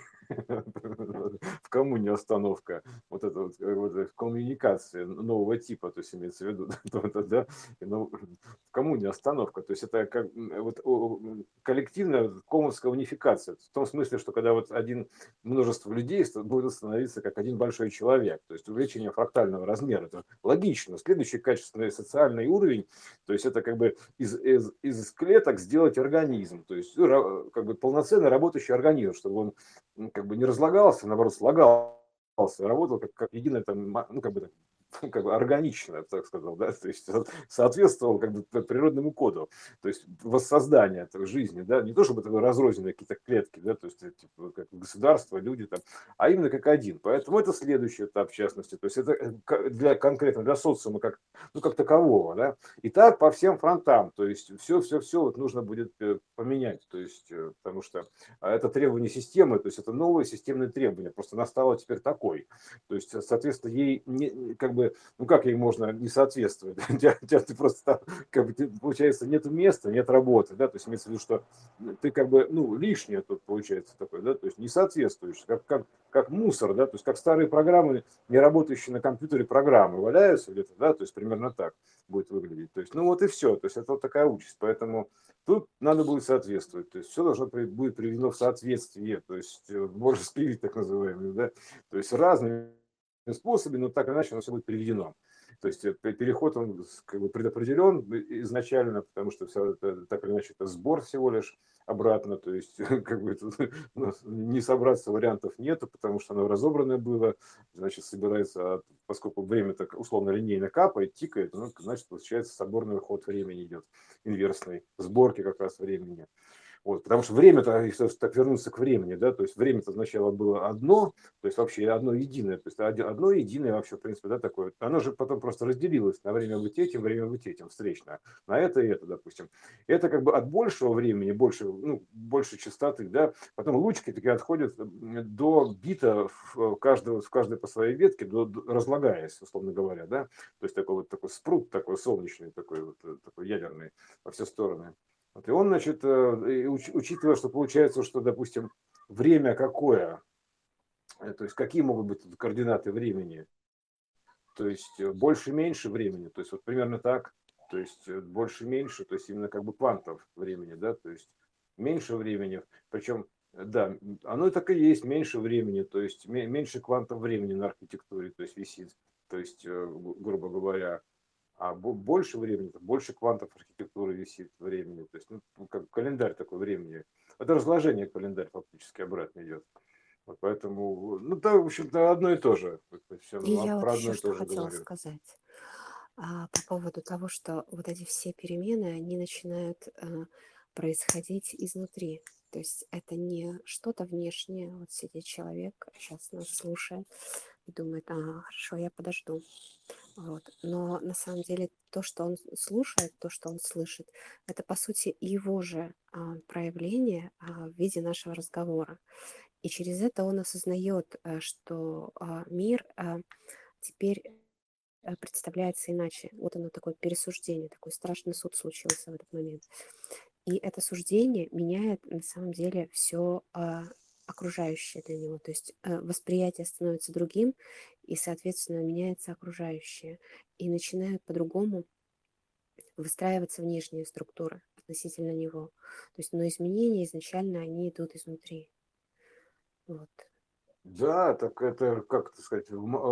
Speaker 1: В коммуне остановка, вот это вот коммуникация нового типа, то есть имеется в виду, да, в коммуне остановка, то есть это как вот коллективная коммунская унификация, в том смысле, что когда вот множество людей будет становиться как один большой человек, то есть увеличение фрактального размера, это логично. Следующий качественный социальный уровень, то есть это как бы из клеток сделать организм. то есть как бы полноценный работающий организм, чтобы он как бы не разлагался, наоборот, слагался, работал как единое там, ну, как бы органично, я бы так сказал, да, то есть соответствовал как бы природному коду, то есть воссоздание этой жизни, да, не то чтобы это разрозненные какие-то клетки, да, то есть типа, как государство, люди там, а именно как один. Поэтому это следующий этап, в частности, то есть это для конкретно для социума как, ну, как такового, да, и так по всем фронтам, то есть все вот нужно будет поменять, то есть потому что это требование системы, то есть это новые системные требования, просто настало теперь такой, то есть, соответственно, ей не, как бы, ну как ей можно не соответствовать? Ты просто как бы, получается, нет места, нет работы, да, то есть имеется в виду, что ты как бы, ну, лишнее тут получается такое, да, то есть не соответствуешь, как мусор, да, то есть как старые программы, не работающие на компьютере программы валяются где-то, да, то есть примерно так будет выглядеть, то есть, ну вот и все, то есть это вот такая участь, поэтому тут надо будет соответствовать, то есть все должно будет приведено в соответствие, то есть божий спирит так называемый, да, то есть разными способами, но так или иначе оно все будет приведено. То есть переход он как бы предопределен изначально, потому что все это, так или иначе это сбор всего лишь обратно, то есть как бы не собраться вариантов нету, потому что оно разобранное было, значит собирается, поскольку время так условно линейно капает, тикает, ну, значит получается соборный ход времени идет, инверсной сборки как раз времени. Вот, потому что время-то, если так вернуться к времени, да, то есть время-то сначала было одно, то есть вообще одно единое, то есть одно единое вообще, в принципе, да, такое. Оно же потом просто разделилось на время быть этим встречно, на это и это, допустим. Это как бы от большего времени, больше, ну, больше частоты, да, потом лучки такие отходят до бита в каждой по своей ветке, разлагаясь, условно говоря, да, то есть такой вот такой спрут, такой солнечный, такой вот такой ядерный во все стороны. Вот, и он, значит, учитывая, что получается, что, допустим, время какое, то есть какие могут быть координаты времени, то есть больше-меньше времени, то есть вот примерно так, то есть больше-меньше, то есть именно как бы квантов времени, да, то есть меньше времени, причем, да, оно так и есть, меньше времени, то есть меньше квантов времени на архитектуре, то есть висит, то есть, грубо говоря, а больше времени, больше квантов архитектуры висит времени. То есть, ну, как календарь такой времени. Это разложение календарь фактически обратно идет. Вот поэтому, ну да, в общем-то, одно и то же. Все
Speaker 2: И я вот
Speaker 1: про одно
Speaker 2: еще
Speaker 1: и
Speaker 2: что
Speaker 1: то же
Speaker 2: хотела
Speaker 1: говорю.
Speaker 2: сказать по поводу того, что вот эти все перемены, они начинают происходить изнутри. То есть это не что-то внешнее. Вот сидит человек, сейчас нас слушает и думает, хорошо, я подожду. Вот. Но на самом деле то, что он слушает, то, что он слышит, это по сути его же проявление в виде нашего разговора. И через это он осознает, что мир теперь представляется иначе. Вот оно такое пересуждение, такой страшный суд случился в этот момент. И это суждение меняет на самом деле все окружающее для него. То есть восприятие становится другим, и, соответственно, меняется окружающее. И начинают по-другому выстраиваться внешние структуры относительно него. То есть, но изменения изначально, они идут изнутри. Вот.
Speaker 1: Да, так это, как это сказать,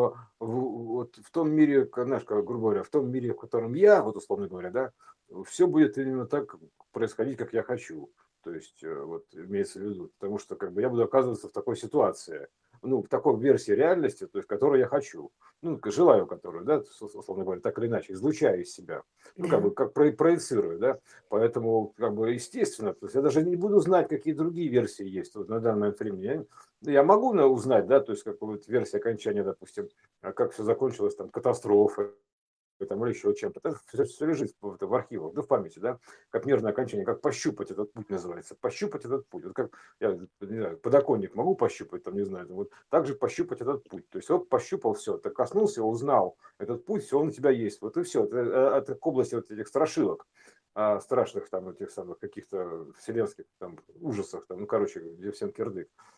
Speaker 1: вот в том мире, знаешь, как, грубо говоря, в том мире, в котором я, вот условно говоря, да, все будет именно так происходить, как я хочу. То есть, вот имеется в виду, потому что как бы я буду оказываться в такой ситуации, ну, в такой версии реальности, то есть, которую я хочу, ну, желаю которую, да, условно говоря, так или иначе, излучаю из себя, ну, как
Speaker 2: Да.
Speaker 1: бы, как проецирую, да, поэтому, как бы, естественно, то есть я даже не буду знать, какие другие версии есть вот на данный момент времени. Я могу узнать, да, то есть как вот версия окончания, допустим, как все закончилось, там, катастрофой, там, или еще чем-то. Это все лежит в архивах, да, в памяти, да, как нервное окончание, как пощупать этот путь называется. Пощупать этот путь. Вот как, я не знаю, подоконник могу пощупать, там, не знаю, вот так же пощупать этот путь. То есть вот пощупал все, ты коснулся, узнал этот путь, все, он у тебя есть. Вот и все. Это к области вот этих страшилок, страшных там этих самых каких-то вселенских там ужасах, там, ну, короче, где всем кирдык.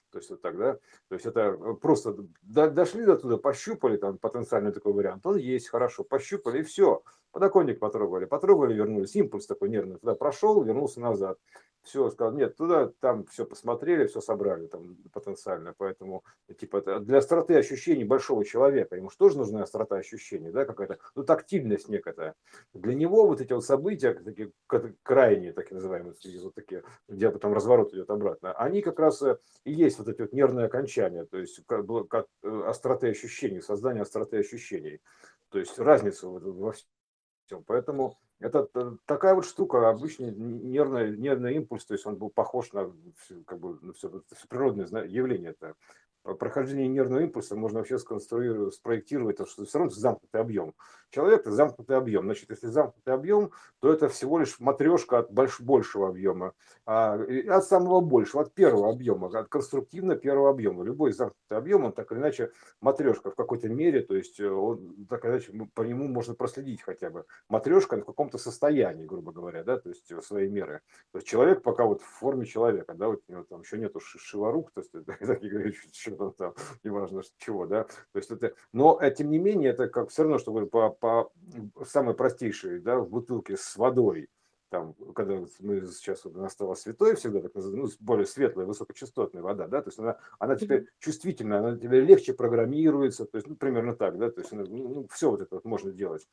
Speaker 1: То есть вот так, да? То есть это просто дошли до туда, пощупали, там потенциальный такой вариант, он есть, хорошо, пощупали, и все. Подоконник потрогали, вернулись. Импульс такой нервный туда прошел, вернулся назад. Все, сказал, нет, туда, там все посмотрели, все собрали там потенциально. Поэтому, типа, это для остроты ощущений большого человека, ему же тоже нужна острота ощущений, да, какая-то, ну, тактильность некая. Для него вот эти вот события, такие крайние, так называемые, вот такие, где потом разворот идет обратно, они как раз и есть вот эти вот нервные окончания, то есть как остроты ощущений, создание остроты ощущений. То есть разница во всем. Поэтому это такая вот штука, обычный нервный импульс, то есть он был похож на как бы, на все природное явление. Это прохождение нервного импульса можно вообще сконструировать, спроектировать, потому что все равно замкнутый объем. Человек – это замкнутый объем. Значит, если замкнутый объем, то это всего лишь матрешка от большего объема, от самого большего, от первого объема, от конструктивно первого объема. Любой замкнутый объем, он так или иначе матрешка в какой-то мере, то есть он, так или иначе по нему можно проследить хотя бы. Матрешка в каком-то состоянии, грубо говоря, да, то есть своей меры. То есть человек пока вот в форме человека, да, вот у него там еще нету шиварук, то есть что там, неважно чего, да, то есть это, но тем не менее это как все равно, что говорю, по самой простейшей, да, в бутылке с водой, там, когда мы сейчас вот она стала святой всегда, так называемая, ну, более светлая, высокочастотная вода, да, то есть она теперь чувствительная, она тебе легче программируется, то есть, ну, примерно так, да, то есть, ну, все вот это вот можно делать.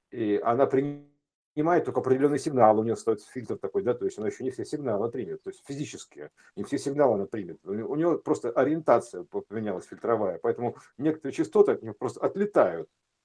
Speaker 1: И она принимает только определенный сигнал, у нее стоит фильтр такой, да, то есть она еще не все сигналы примет, то есть физические, не все сигналы она примет. У нее просто ориентация поменялась фильтровая, поэтому некоторые частоты от нее просто отлетают,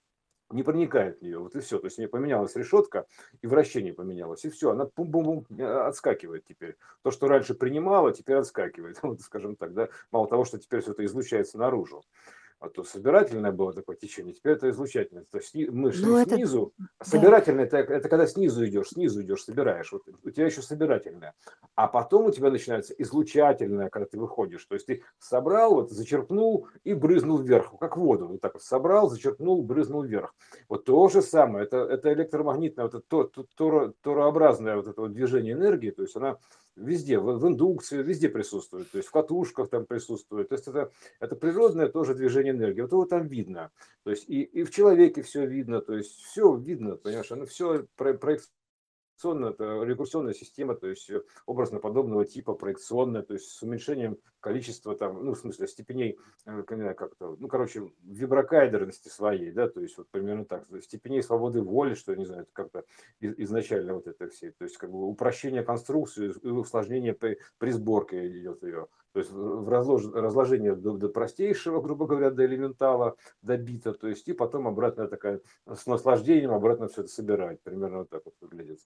Speaker 1: не проникает в нее, вот и все. То есть у нее поменялась решетка, и вращение поменялось, и все, она пум-бум-бум отскакивает теперь. То, что раньше принимала, теперь отскакивает, вот, скажем так, да, мало того, что теперь все это излучается наружу. А то собирательное было такое течение, теперь это излучательное. То есть мы шли
Speaker 2: Ну, это,
Speaker 1: снизу, а
Speaker 2: да.
Speaker 1: собирательное это когда снизу идешь, собираешь. Вот у тебя еще собирательное. А потом у тебя начинается излучательное, когда ты выходишь. То есть ты собрал, вот, зачерпнул и брызнул вверх, как воду. Вот так вот собрал, зачерпнул, брызнул вверх. Вот то же самое. Это электромагнитное, вот это торообразное вот это вот движение энергии. То есть она везде, в индукции, везде присутствует. То есть в катушках там присутствует. То есть это природное тоже движение энергии. Вот его там видно. То есть и в человеке все видно, то есть все видно, понимаешь, оно все проекционная, это рекурсионная система, то есть образно-подобного типа, проекционная, то есть с уменьшением количества там, ну, в смысле, степеней, как-то, ну, короче, виброкайдерности своей, да, то есть вот примерно так, степеней свободы воли, что, не знаю, как-то изначально вот это все, то есть как бы упрощение конструкции и усложнение при сборке идет ее. То есть разложение до простейшего, грубо говоря, до элементала, до бита, то есть и потом обратно такая с наслаждением обратно все это собирать. Примерно вот так вот выглядит.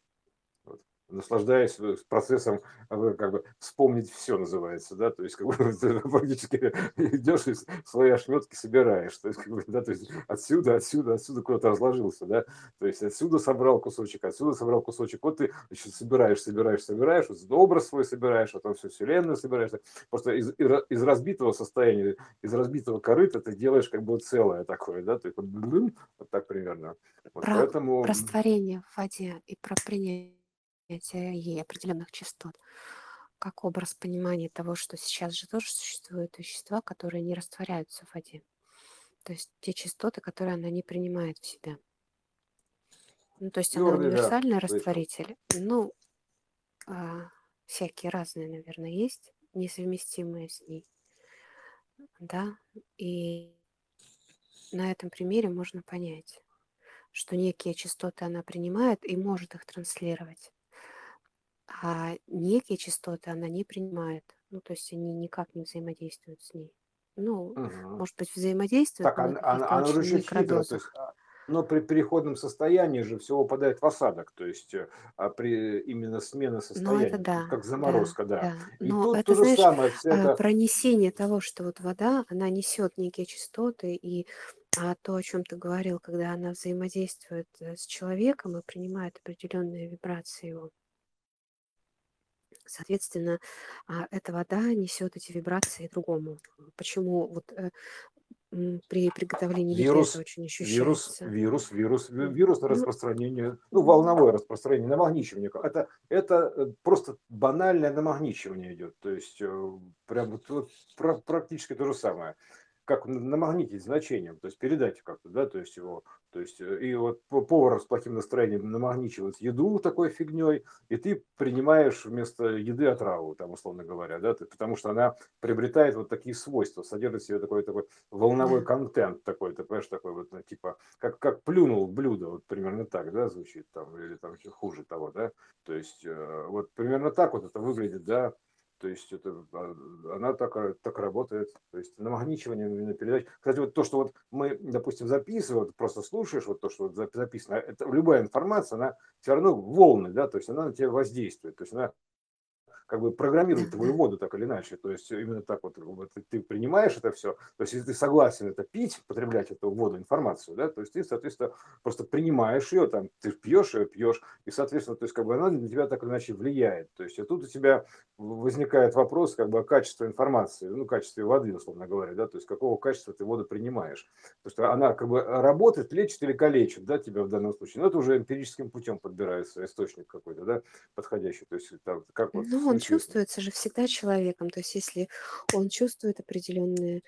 Speaker 1: Вот. Наслаждаясь процессом, как бы вспомнить все называется, да, то есть как бы ты практически идешь и свои ошметки собираешь, то есть, как бы, да, то есть отсюда куда-то разложился, да, то есть отсюда собрал кусочек, вот ты значит, собираешь, вот образ свой собираешь, потом всю вселенную собираешь, просто из разбитого состояния, из разбитого корыта ты делаешь как бы целое такое, да, то есть, вот так примерно, вот
Speaker 2: Про
Speaker 1: поэтому.
Speaker 2: растворение в воде и про принятие ей определенных частот, как образ понимания того, что сейчас же тоже существуют вещества, которые не растворяются в воде. То есть те частоты, которые она не принимает в себя. Ну, то есть она
Speaker 1: Твердый, да,
Speaker 2: универсальный
Speaker 1: слышал.
Speaker 2: растворитель. Ну, всякие разные, наверное, есть, несовместимые с ней. Да, и на этом примере можно понять, что некие частоты она принимает и может их транслировать, а некие частоты она не принимает. Ну, то есть они никак не взаимодействуют с ней. Ну,
Speaker 1: Мгм.
Speaker 2: может быть, взаимодействуют,
Speaker 1: Так,
Speaker 2: но на каких-то
Speaker 1: оно же
Speaker 2: очень
Speaker 1: еще хитро, то есть,
Speaker 2: микродозах.
Speaker 1: но при переходном состоянии же все упадает в осадок, то есть при именно смена
Speaker 2: Ну, это
Speaker 1: состояния,
Speaker 2: да,
Speaker 1: как
Speaker 2: да,
Speaker 1: заморозка, да.
Speaker 2: да.
Speaker 1: И
Speaker 2: Но
Speaker 1: тут то
Speaker 2: это,
Speaker 1: же
Speaker 2: знаешь,
Speaker 1: самое, все это.
Speaker 2: пронесение того, что вот вода, она несет некие частоты, и то, о чем ты говорил, когда она взаимодействует с человеком и принимает определенные вибрации его, Соответственно, эта вода несет эти вибрации другому. Почему вот при приготовлении еды это
Speaker 1: Вирус,
Speaker 2: очень
Speaker 1: вирус,
Speaker 2: ощущается?
Speaker 1: вирус, вирус,
Speaker 2: М,
Speaker 1: вирусное
Speaker 2: Ну,
Speaker 1: распространение, ну,
Speaker 2: м,
Speaker 1: волновое распространение, намагничивание. Это просто банальное намагничивание идет. То есть прям вот практически то же самое. Как намагнитить значением, то есть передать как-то, да, то есть его, то есть и вот повар с плохим настроением намагничивает еду такой фигней, и ты принимаешь вместо еды отраву, там, условно говоря, да, потому что она приобретает вот такие свойства, содержит в себе такой волновой
Speaker 2: да.
Speaker 1: контент такой, ты понимаешь, такой вот, ну, типа, как плюнул в блюдо, вот примерно так, да, звучит там, или там еще хуже того, да, то есть вот примерно так вот это выглядит, да, то есть это, она так работает, то есть намагничивание именно передач. Кстати, вот то, что вот мы, допустим, записываем, вот просто слушаешь, вот то, что вот записано, это любая информация, она все равно волны, да, то есть она на тебя воздействует, то есть она как бы
Speaker 2: Да,
Speaker 1: программирует твою
Speaker 2: да.
Speaker 1: воду так или иначе. То есть именно так вот ты принимаешь это все. То есть если ты согласен это пить, потреблять эту воду, информацию, да, то есть ты, соответственно, просто принимаешь ее, там, ты пьешь ее, пьешь, и, соответственно, то есть как бы она на тебя так или иначе влияет. То есть и тут у тебя возникает вопрос как бы о качестве информации, ну, качестве воды, условно говоря, да, то есть какого качества ты воду принимаешь. То есть она как бы работает, лечит или калечит, да, тебя в данном случае. Но это уже эмпирическим путем подбирается источник какой-то, да, подходящий. То есть там, как вот в
Speaker 2: Ну, он
Speaker 1: случае
Speaker 2: чувствуется же всегда человеком. То есть если он чувствует определенные,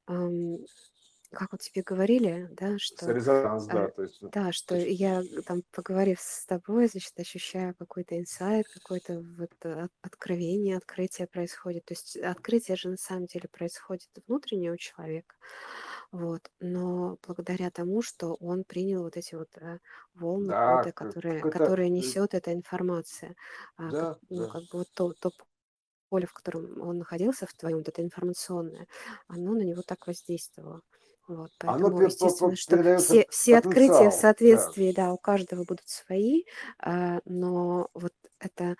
Speaker 2: как вот тебе говорили, да, что
Speaker 1: резонанс,
Speaker 2: а,
Speaker 1: да, то есть,
Speaker 2: да, что
Speaker 1: то есть
Speaker 2: я там, поговорив с тобой, значит, ощущаю какой-то инсайт, какое-то вот откровение, открытие происходит. То есть открытие же на самом деле происходит внутренне у человека. Вот. Но благодаря тому, что он принял вот эти вот волны,
Speaker 1: да,
Speaker 2: коды,
Speaker 1: как это,
Speaker 2: которые несет эта информация,
Speaker 1: да,
Speaker 2: ну,
Speaker 1: да.
Speaker 2: как бы вот то поле, в котором он находился, в твоем, вот это информационное, оно на него так воздействовало. Вот,
Speaker 1: Оно
Speaker 2: поэтому, естественно, что
Speaker 1: передается
Speaker 2: все открытия в
Speaker 1: потенциал, да.
Speaker 2: соответствии, да, у каждого будут свои, но вот это,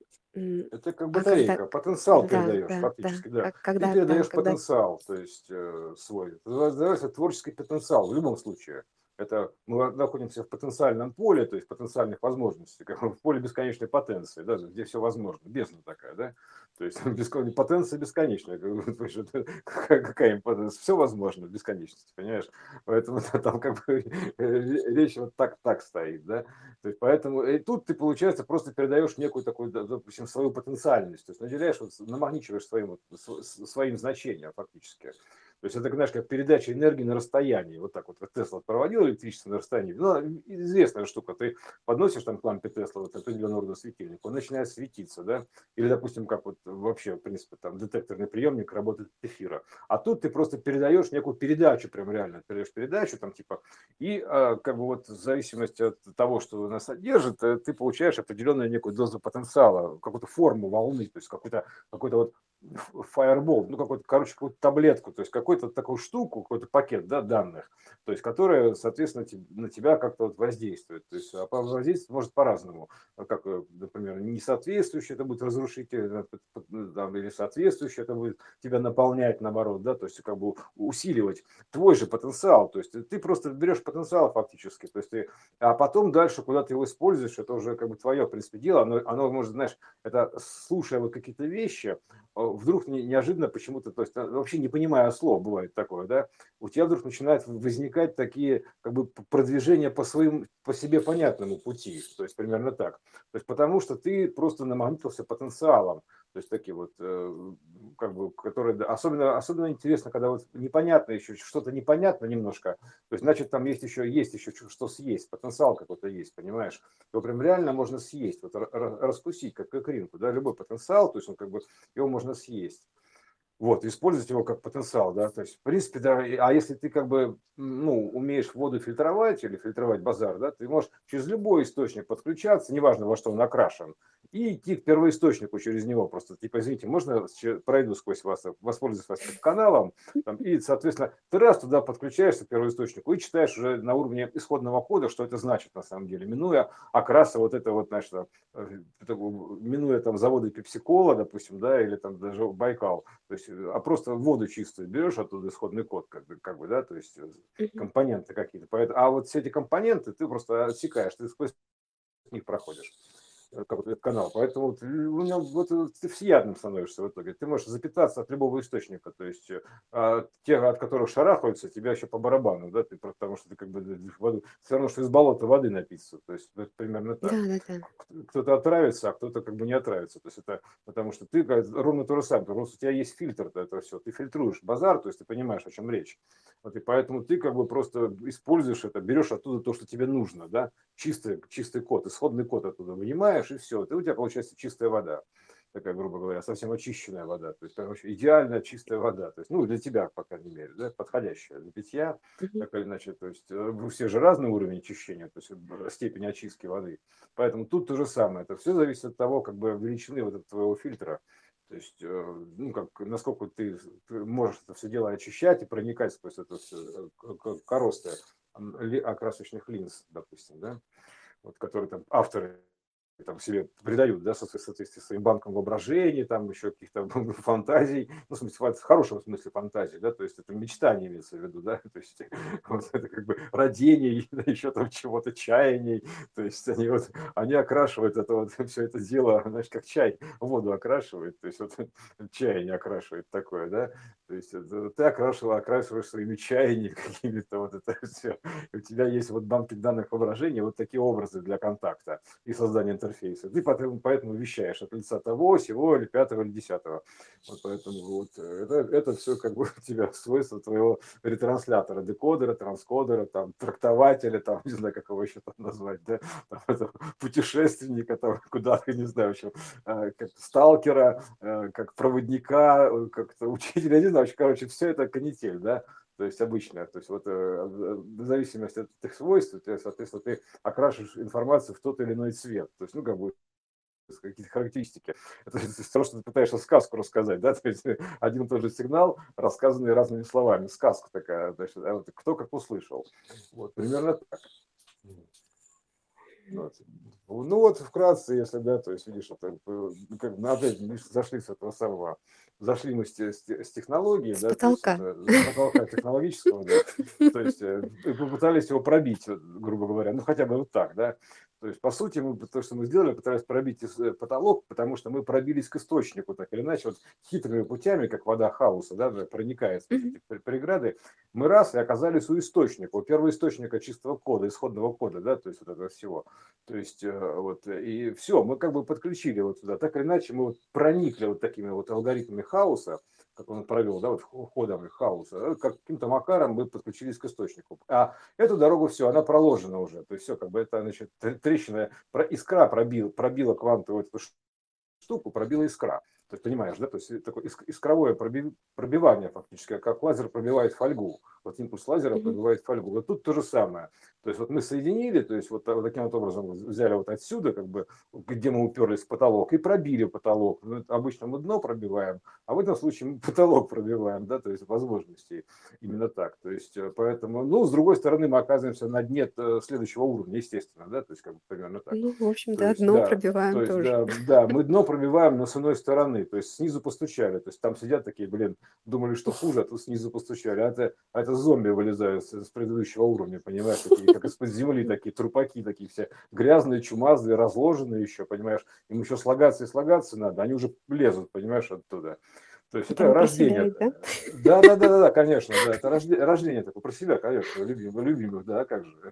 Speaker 2: м,
Speaker 1: Это как
Speaker 2: а когда,
Speaker 1: батарейка, потенциал
Speaker 2: да,
Speaker 1: передаешь
Speaker 2: да, да,
Speaker 1: фактически, да. Ты
Speaker 2: да,
Speaker 1: передаешь
Speaker 2: когда,
Speaker 1: потенциал, то есть свой. Это называется творческий потенциал в любом случае. Это мы находимся в потенциальном поле, то есть потенциальных возможностей, как в поле бесконечной потенции, да, где все возможно, бездна такая, да. То есть потенция бесконечная, какая потенция, все возможно в бесконечности, понимаешь? Поэтому там как бы речь вот так стоит, да. То есть поэтому и тут ты, получается, просто передаешь некую такую, допустим, свою потенциальность, то есть наделяешь, вот, намагничиваешь своим, своим значением фактически. То есть это, знаешь, как передача энергии на расстоянии. Вот так вот. Как Тесла проводил электричество на расстоянии. Ну, известная штука. Ты подносишь там к лампе Тесла вот определенного рода светильник, он начинает светиться, да? Или, допустим, как вот вообще, в принципе, там детекторный приемник работает от эфира. А тут ты просто передаешь некую передачу, прям реально передаешь передачу, там типа и как бы вот в зависимости от того, что она содержит, ты получаешь определенную некую дозу потенциала, какую-то форму волны, то есть какой-то вот фаербол, ну какой-то, короче, какую-то таблетку, то есть какую-то такую штуку, какой-то пакет, да, данных, то есть которая, соответственно, на тебя как-то вот воздействует. То есть воздействовать может по-разному. Как, например, несоответствующее это будет разрушительно, там, или соответствующее это будет тебя наполнять, наоборот, да, то есть как бы усиливать твой же потенциал, то есть ты просто берешь потенциал фактически, то есть а потом дальше, куда ты его используешь, это уже как бы твое, в принципе, дело, оно может, знаешь, это слушая вот какие-то вещи, вдруг неожиданно почему-то, то есть вообще не понимая слов, бывает такое, да, у тебя вдруг начинают возникать такие как бы продвижения по себе понятному пути, то есть примерно так, то есть потому что ты просто намагнитился потенциалом, то есть такие вот, как бы, которые, особенно интересно, когда вот непонятно еще, что-то непонятно немножко, то есть, значит, там есть еще что съесть, потенциал какой-то есть, понимаешь? Его прям реально можно съесть, вот раскусить, как икринку, да, любой потенциал, то есть он как бы, его можно съесть. Вот, использовать его как потенциал, да, то есть, в принципе, да, а если ты как бы, ну, умеешь воду фильтровать или фильтровать базар, да, ты можешь через любой источник подключаться, неважно, во что он окрашен, и идти к первоисточнику через него, просто, типа, извините, можно пройду сквозь вас, воспользуюсь вас как каналом, там, и, соответственно, ты раз туда подключаешься к первоисточнику и читаешь уже на уровне исходного кода, что это значит на самом деле, минуя окраса вот это вот, значит, минуя там заводы Пепси-Кола, допустим, да, или там даже Байкал, то есть, а просто воду чистую берешь оттуда исходный код, как бы, да, то есть
Speaker 2: Мгм.
Speaker 1: компоненты какие-то. А вот все эти компоненты ты просто отсекаешь, ты сквозь них проходишь. как этот канал. Поэтому вот, у него вот, ты всеядным становишься в итоге. Ты можешь запитаться от любого источника. То есть те, от которых шарахаются, тебя еще по барабану, да, потому что ты как бы воду, все равно, что из болота воды напиться. То есть это примерно так.
Speaker 2: Да-да-да.
Speaker 1: Кто-то отравится, а кто-то как бы не отравится. То есть это потому что ты ровно то же самое. Просто у тебя есть фильтр это все. Ты фильтруешь базар, то есть ты понимаешь, о чем речь. Вот, и поэтому ты как бы просто используешь это, берешь оттуда то, что тебе нужно, да, чистый код, исходный код оттуда вынимаешь, и все. И у тебя получается чистая вода. Такая, грубо говоря, совсем очищенная вода. То есть, короче, идеальная чистая вода. То есть, ну, для тебя, по крайней мере, да, подходящая для питья,
Speaker 2: Мгм.
Speaker 1: так или иначе. То есть, все же разный уровень очищения, то есть, степень очистки воды. Поэтому тут то же самое. Это все зависит от того, как бы величины вот этого твоего фильтра. То есть, ну, как, насколько ты можешь это все дело очищать и проникать сквозь это все коросты окрасочных линз, допустим, да, вот, которые там авторы там себе придают, да, в соответствии с своим банком воображения, там еще каких-то фантазий, ну, в смысле, в хорошем смысле фантазий, да, то есть это мечтание имеется в виду, да, то есть вот это как бы родение, еще там чего-то, чаяний, то есть они окрашивают это вот, все это дело, знаешь, как чай, воду окрашивает, то есть вот чаяние окрашивает такое, да, то есть ты окрашиваешь своими чаяниями какими-то вот это все, у тебя есть вот банки данных воображения, вот такие образы для контакта и создания интерфейса. Ты поэтому вещаешь от лица того, сего, или пятого, или десятого. Вот поэтому вот это все как бы у тебя свойство твоего ретранслятора, декодера, транскодера, там, трактователя, там, не знаю, как его еще там назвать, да, там, путешественника, там, куда-то, не знаю, в общем, как сталкера, как проводника, как-то учителя, я не знаю, короче, все это канитель, да, то есть обычно, то есть вот в зависимости от этих свойств, соответственно, ты окрашиваешь информацию в тот или иной цвет, то есть, ну, как бы какие-то характеристики. Это все равно, что ты пытаешься сказку рассказать, да, то есть один и тот же сигнал, рассказанный разными словами, сказка такая, значит, вот, кто как услышал. Вот, примерно так. Вот. Ну вот вкратце, если да, то есть видишь, это, как, опять зашли с этого самого, зашли мы с технологии,
Speaker 2: С
Speaker 1: да, то есть
Speaker 2: потолка.
Speaker 1: это с потолка технологического, да, то есть и попытались его пробить, вот, грубо говоря, ну хотя бы вот так, да, то есть по сути мы то, что мы сделали, пытались пробить потолок, потому что мы пробились к источнику, так или иначе, вот хитрыми путями, как вода хаоса, да, проникает сквозь
Speaker 2: Мгм.
Speaker 1: эти преграды, мы раз и оказались у источника, у первого источника чистого кода, исходного кода, да, то есть вот этого всего. То есть вот и все, мы как бы подключили вот туда. Так или иначе мы вот проникли вот такими вот алгоритмами хаоса, как он провел, да, вот ходом хаоса, каким-то макаром мы подключились к источнику. А эту дорогу все, она проложена уже. То есть все, как бы это, значит, трещина, искра пробила квантовую эту штуку, пробила искра. То есть, понимаешь, да, то есть такое искровое пробивание фактически, как лазер пробивает фольгу. Вот импульс лазера
Speaker 2: Мгм.
Speaker 1: пробивает фольгу. Вот тут то же самое. То есть вот мы соединили, то есть вот таким вот образом взяли вот отсюда, как бы, где мы уперлись в потолок, и пробили потолок. Ну, обычно мы дно пробиваем, а в этом случае мы потолок пробиваем, да, то есть возможностей именно так. То есть поэтому, ну, с другой стороны, мы оказываемся на дне следующего уровня, естественно, да, то есть как бы примерно так.
Speaker 2: Ну, в общем,
Speaker 1: То
Speaker 2: да,
Speaker 1: есть,
Speaker 2: дно
Speaker 1: да,
Speaker 2: пробиваем
Speaker 1: то есть,
Speaker 2: тоже.
Speaker 1: да, мы дно пробиваем, но с иной стороны, то есть снизу постучали, то есть там сидят такие, блин, думали, что хуже, а тут снизу постучали, а это зомби вылезают с предыдущего уровня, понимаешь, такие, как из-под земли, такие трупаки, такие все грязные, чумазые, разложенные еще, понимаешь, им еще слагаться и слагаться надо, они уже лезут, понимаешь, оттуда. То есть это
Speaker 2: Прям про себя,
Speaker 1: рождение.
Speaker 2: да?
Speaker 1: Да, да, да, да, да, конечно, да, это рождение такое про себя, конечно, любимых, да, как же.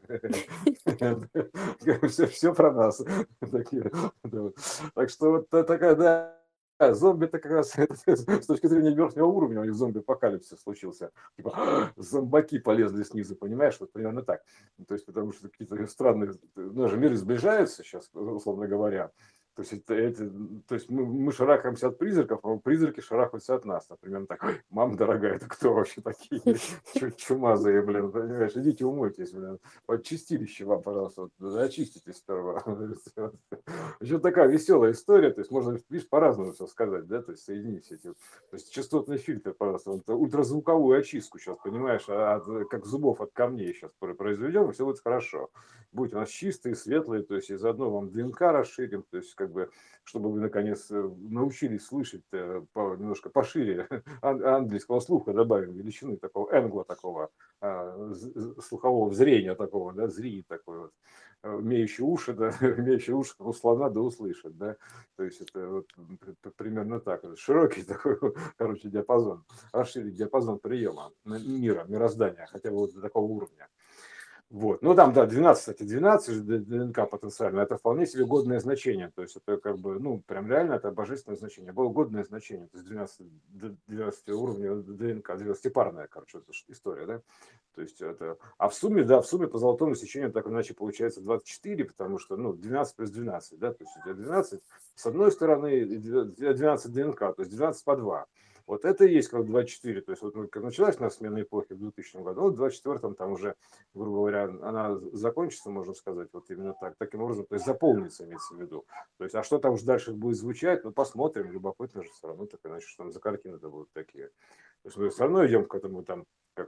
Speaker 1: Все про нас. Такие, да. Так что вот такая, да, зомби это как раз с точки зрения верхнего уровня у них зомби-апокалипсис случился. Типа зомбаки полезли снизу, понимаешь, вот примерно так. То есть потому что какие-то странные, даже миры сближаются сейчас, условно говоря. То есть, то есть мы шарахаемся от призраков, а призраки шарахаются от нас. Например, так, мама дорогая, это кто вообще такие? Чумазые, блин, понимаешь? Идите умойтесь, блин. Вот чистилище вам, пожалуйста, вот, очиститесь сперва. Еще такая веселая история, то есть можно, видишь, по-разному все сказать, да, то есть соединить все эти, то есть частотный фильтр, пожалуйста, вот, ультразвуковую очистку сейчас, понимаешь, как зубов от камней сейчас произведем, и все будет хорошо. Будет у нас чистые, светлые, то есть и заодно вам ДНК расширим, то есть как как бы, чтобы вы наконец научились слышать немножко пошире английского слуха, добавим величины такого энгла такого, слухового зрения такого, да, зрение такое вот, имеющие уши, да, имеющие уши, как у слона, да услышат, да, то есть это вот примерно так, широкий такой, короче, диапазон, расширить диапазон приема мира, мироздания, хотя бы вот до такого уровня. Вот. Ну, там, да, 12, кстати, 12 же ДНК потенциально, это вполне себе годное значение. То есть это как бы, ну, прям реально это божественное значение. Было годное значение. То есть 12 уровня ДНК, 12-парная, короче, это история, да. То есть это... А в сумме, да, в сумме по золотому сечению так иначе получается 24, потому что, ну, 12 плюс 12, да, то есть у тебя 12 с одной стороны и 12 ДНК, то есть 12 по 2. Вот это и есть как 24. То есть вот как началась у нас смена эпохи в 2000 году, вот в 24-м там уже, грубо говоря, она закончится, можно сказать, вот именно так, таким образом, то есть заполнится, имеется в виду. То есть, а что там уже дальше будет звучать, ну, посмотрим, любопытно же все равно, так иначе, что там за картины-то будут такие. То есть мы все равно идем к этому там,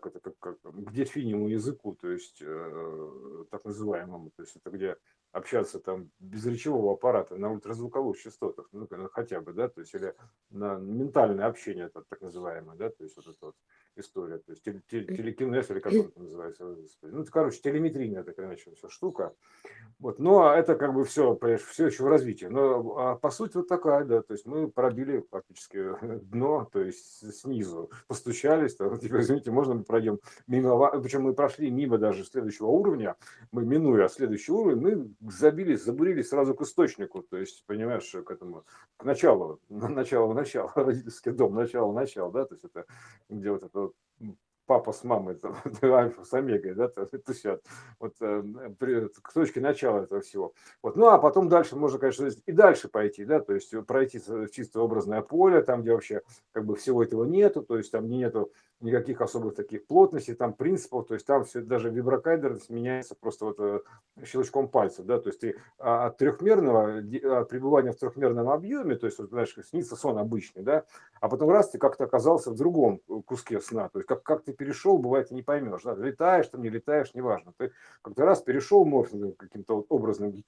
Speaker 1: к дельфиньему языку, то есть так называемому, то есть это где общаться там без речевого аппарата на ультразвуковых частотах, ну, хотя бы, да, то есть или на ментальное общение, это так называемое, да, то есть вот эта вот история, то есть телекинез, или как он это называется, ну, это, короче, телеметрийная такая, иначе вся штука, вот, но это как бы все, все еще в развитии, но по сути вот такая, да, то есть мы пробили фактически дно, то есть снизу постучались, там, типа, извините, можно мы пройдем мимо, причем мы прошли мимо даже следующего уровня, мы, минуя следующий уровень, мы забурились сразу к источнику, то есть, понимаешь, к этому, к началу, начало, родительский дом, начало, да, то есть это где вот это вот папа с мамой, там, альфа с омегой, да, тусят, вот к точке начала этого всего. Вот. Ну, а потом дальше можно, конечно, и дальше пойти, да, то есть пройти чисто образное поле, там, где вообще как бы всего этого нету, то есть там нету никаких особых таких плотностей, там принципов, то есть там все, даже виброкайдерность меняется просто вот щелчком пальца, да, то есть ты от трехмерного, от пребывания в трехмерном объеме, то есть, вот, знаешь, снится сон обычный, да, а потом раз ты как-то оказался в другом куске сна, то есть как ты перешел, бывает, ты не поймешь, да, летаешь там, не летаешь, неважно, ты как-то раз перешел морфингом каким-то вот образным,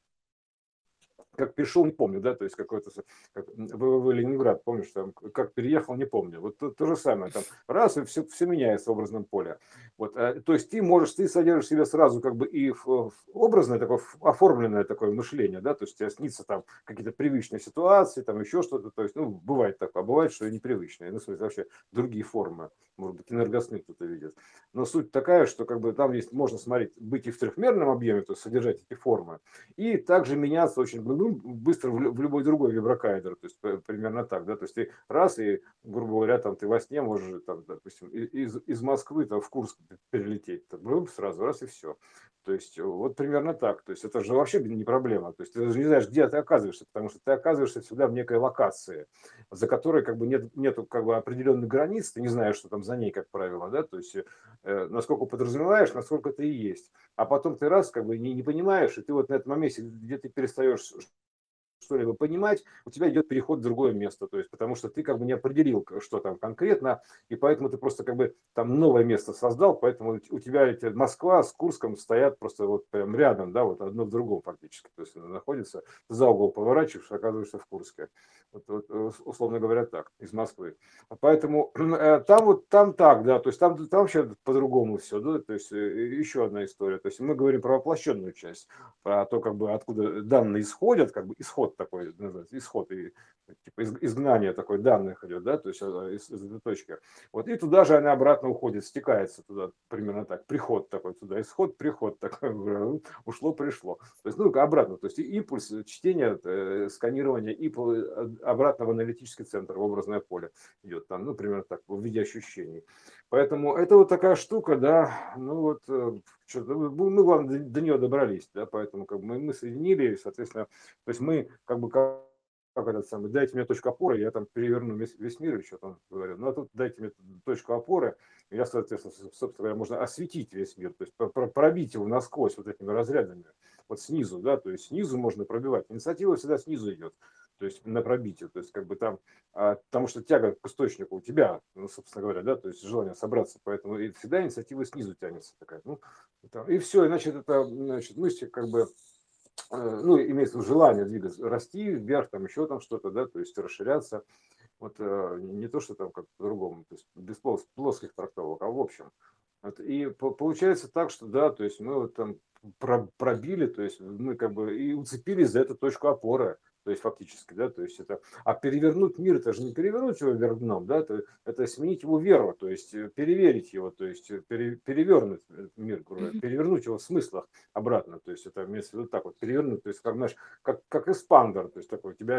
Speaker 1: как перешел, не помню, да, то есть какой-то как ВВВ Ленинград, помнишь, там, как переехал, не помню. Вот то же самое, там, раз, и все меняется в образном поле. Вот, то есть ты содержишь в себе сразу как бы и в образное такое, оформленное такое мышление, да, то есть тебе снится там какие-то привычные ситуации, там еще что-то, то есть, ну, бывает такое, а бывает, что и непривычные, ну, в смысле, вообще другие формы, может быть, энергосны кто-то видит. Но суть такая, что как бы там есть, можно смотреть, быть и в трехмерном объеме, то есть содержать эти формы, и также меняться очень быстро в любой другой виброкайдер, то есть примерно так, да, то есть ты раз и, грубо говоря, там ты во сне можешь, там, допустим, из Москвы там, в Курск перелететь, там, сразу раз и все. То есть вот примерно так, то есть это же вообще не проблема, то есть ты даже не знаешь, где ты оказываешься, потому что ты оказываешься всегда в некой локации, за которой как бы нету как бы определенных границ, ты не знаешь, что там за ней, как правило, да, то есть насколько подразумеваешь, насколько это и есть. А потом ты раз как бы не понимаешь, и ты вот на этом моменте, где ты перестаешь что-либо понимать, у тебя идет переход в другое место, то есть потому что ты как бы не определил, что там конкретно, и поэтому ты просто как бы там новое место создал, поэтому у тебя эти Москва с Курском стоят просто вот прям рядом, да, вот одно в другом фактически, то есть находится, за угол поворачиваешь, оказываешься в Курске, вот, условно говоря так, из Москвы. Поэтому там вот там так, да, то есть там вообще по-другому все, да, то есть еще одна история, то есть мы говорим про воплощенную часть, про то, как бы откуда данные исходят, как бы исход такой называется, исход и типа изгнание такой данных идет, да, то есть из этой точки. Вот и туда же она обратно уходит, стекается туда, примерно так, приход такой туда, исход, приход такой, ушло, пришло. То есть, ну, обратно, то есть импульс чтения, сканирования и обратно в аналитический центр, в образное поле идет там, ну, примерно так, в виде ощущений. Поэтому это вот такая штука, да, ну вот, мы, главное, до нее добрались, да, поэтому как бы мы соединили, соответственно, то есть мы как бы как этот самый, дайте мне точку опоры, я там переверну весь мир или что там говорю. Ну, а тут дайте мне точку опоры, и я, соответственно, собственно говоря, можно осветить весь мир, то есть пробить его насквозь вот этими разрядами, вот снизу, да, то есть снизу можно пробивать. Инициатива всегда снизу идет, то есть на пробитие, то есть как бы там, потому что тяга к источнику у тебя, ну, собственно говоря, да, то есть желание собраться, поэтому и всегда инициатива снизу тянется такая, ну, и все, и, значит, это, значит, мы как бы ну, имеется в виду желание двигаться, расти вверх, там еще там что-то, да, то есть расширяться. Вот не то, что там как по-другому, то есть без плоских трактовок, а в общем. Вот, и получается так, что да, то есть мы вот там пробили, то есть мы как бы и уцепились за эту точку опоры, то есть фактически, да, то есть это, а перевернуть мир, это же не перевернуть его вверх дном, да, это сменить его веру, то есть переверить его, то есть перевернуть мир, грубо говоря,
Speaker 2: Мгм.
Speaker 1: перевернуть его в смыслах обратно, то есть это имеется в виду так вот, перевернуть, то есть как, знаешь, как эспандер, то есть такой, у тебя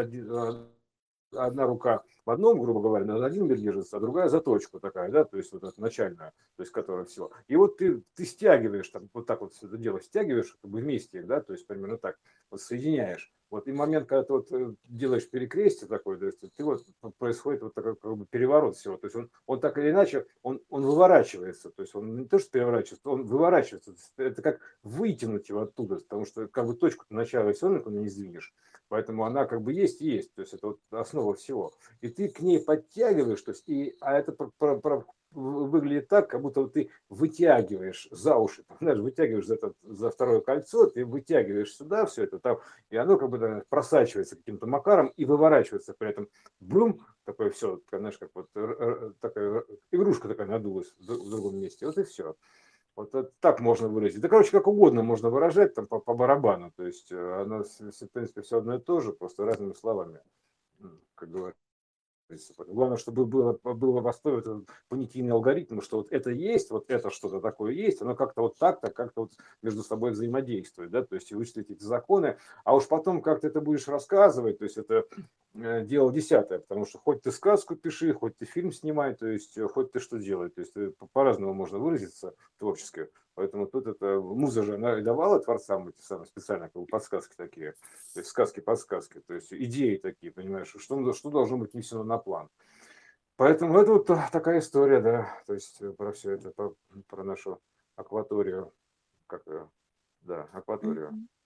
Speaker 1: одна рука в одном, грубо говоря, на один мир держится, а другая за точку такая, да, то есть вот эта начальная, то есть которая все. И вот ты стягиваешь, там, вот так вот все это дело стягиваешь, как бы вместе, да, то есть примерно так, вот соединяешь. Вот и момент, когда ты вот делаешь перекрестие такое, то есть ты вот происходит вот такой как бы переворот всего. То есть он так или иначе, он выворачивается. То есть он не то, что переворачивается, он выворачивается. Это как вытянуть его оттуда, потому что как бы точку начала все равно не сдвинешь. Поэтому она как бы есть и есть. То есть это вот основа всего. И ты к ней подтягиваешь, то есть, а это выглядит так, как будто ты вытягиваешь за уши, знаешь, вытягиваешь за второе кольцо, ты вытягиваешь сюда все это, там, и оно как бы да, просачивается каким-то макаром и выворачивается при этом. Бум, такое все, знаешь, как вот такая игрушка такая надулась в другом месте. Вот и все. Вот это так можно выразить. Да, короче, как угодно можно выражать там по барабану. То есть оно, в принципе, все одно и то же, просто разными словами, как говорится. Главное, чтобы было в основе этот понятийный алгоритм, что вот это есть, вот это что-то такое есть, оно как-то вот так-то, как-то вот между собой взаимодействует, да, то есть и вычислить эти законы, а уж потом как ты это будешь рассказывать, то есть это дело десятое, потому что хоть ты сказку пиши, хоть ты фильм снимай, то есть хоть ты что делай, то есть по-разному можно выразиться творчески, поэтому тут это муза же она и давала творцам эти самые специально как бы подсказки такие, то есть сказки-подсказки, то есть идеи такие, понимаешь, что должно быть внесено на план. Поэтому это вот такая история, да, то есть про все это, про нашу акваторию, как ее, да, акваторию.
Speaker 2: Мгм.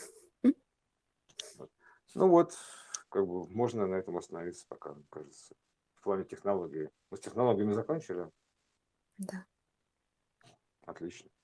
Speaker 1: Вот. Ну вот, как бы можно на этом остановиться пока, мне кажется, в плане технологии. Мы с технологиями закончили?
Speaker 2: Да.
Speaker 1: Отлично.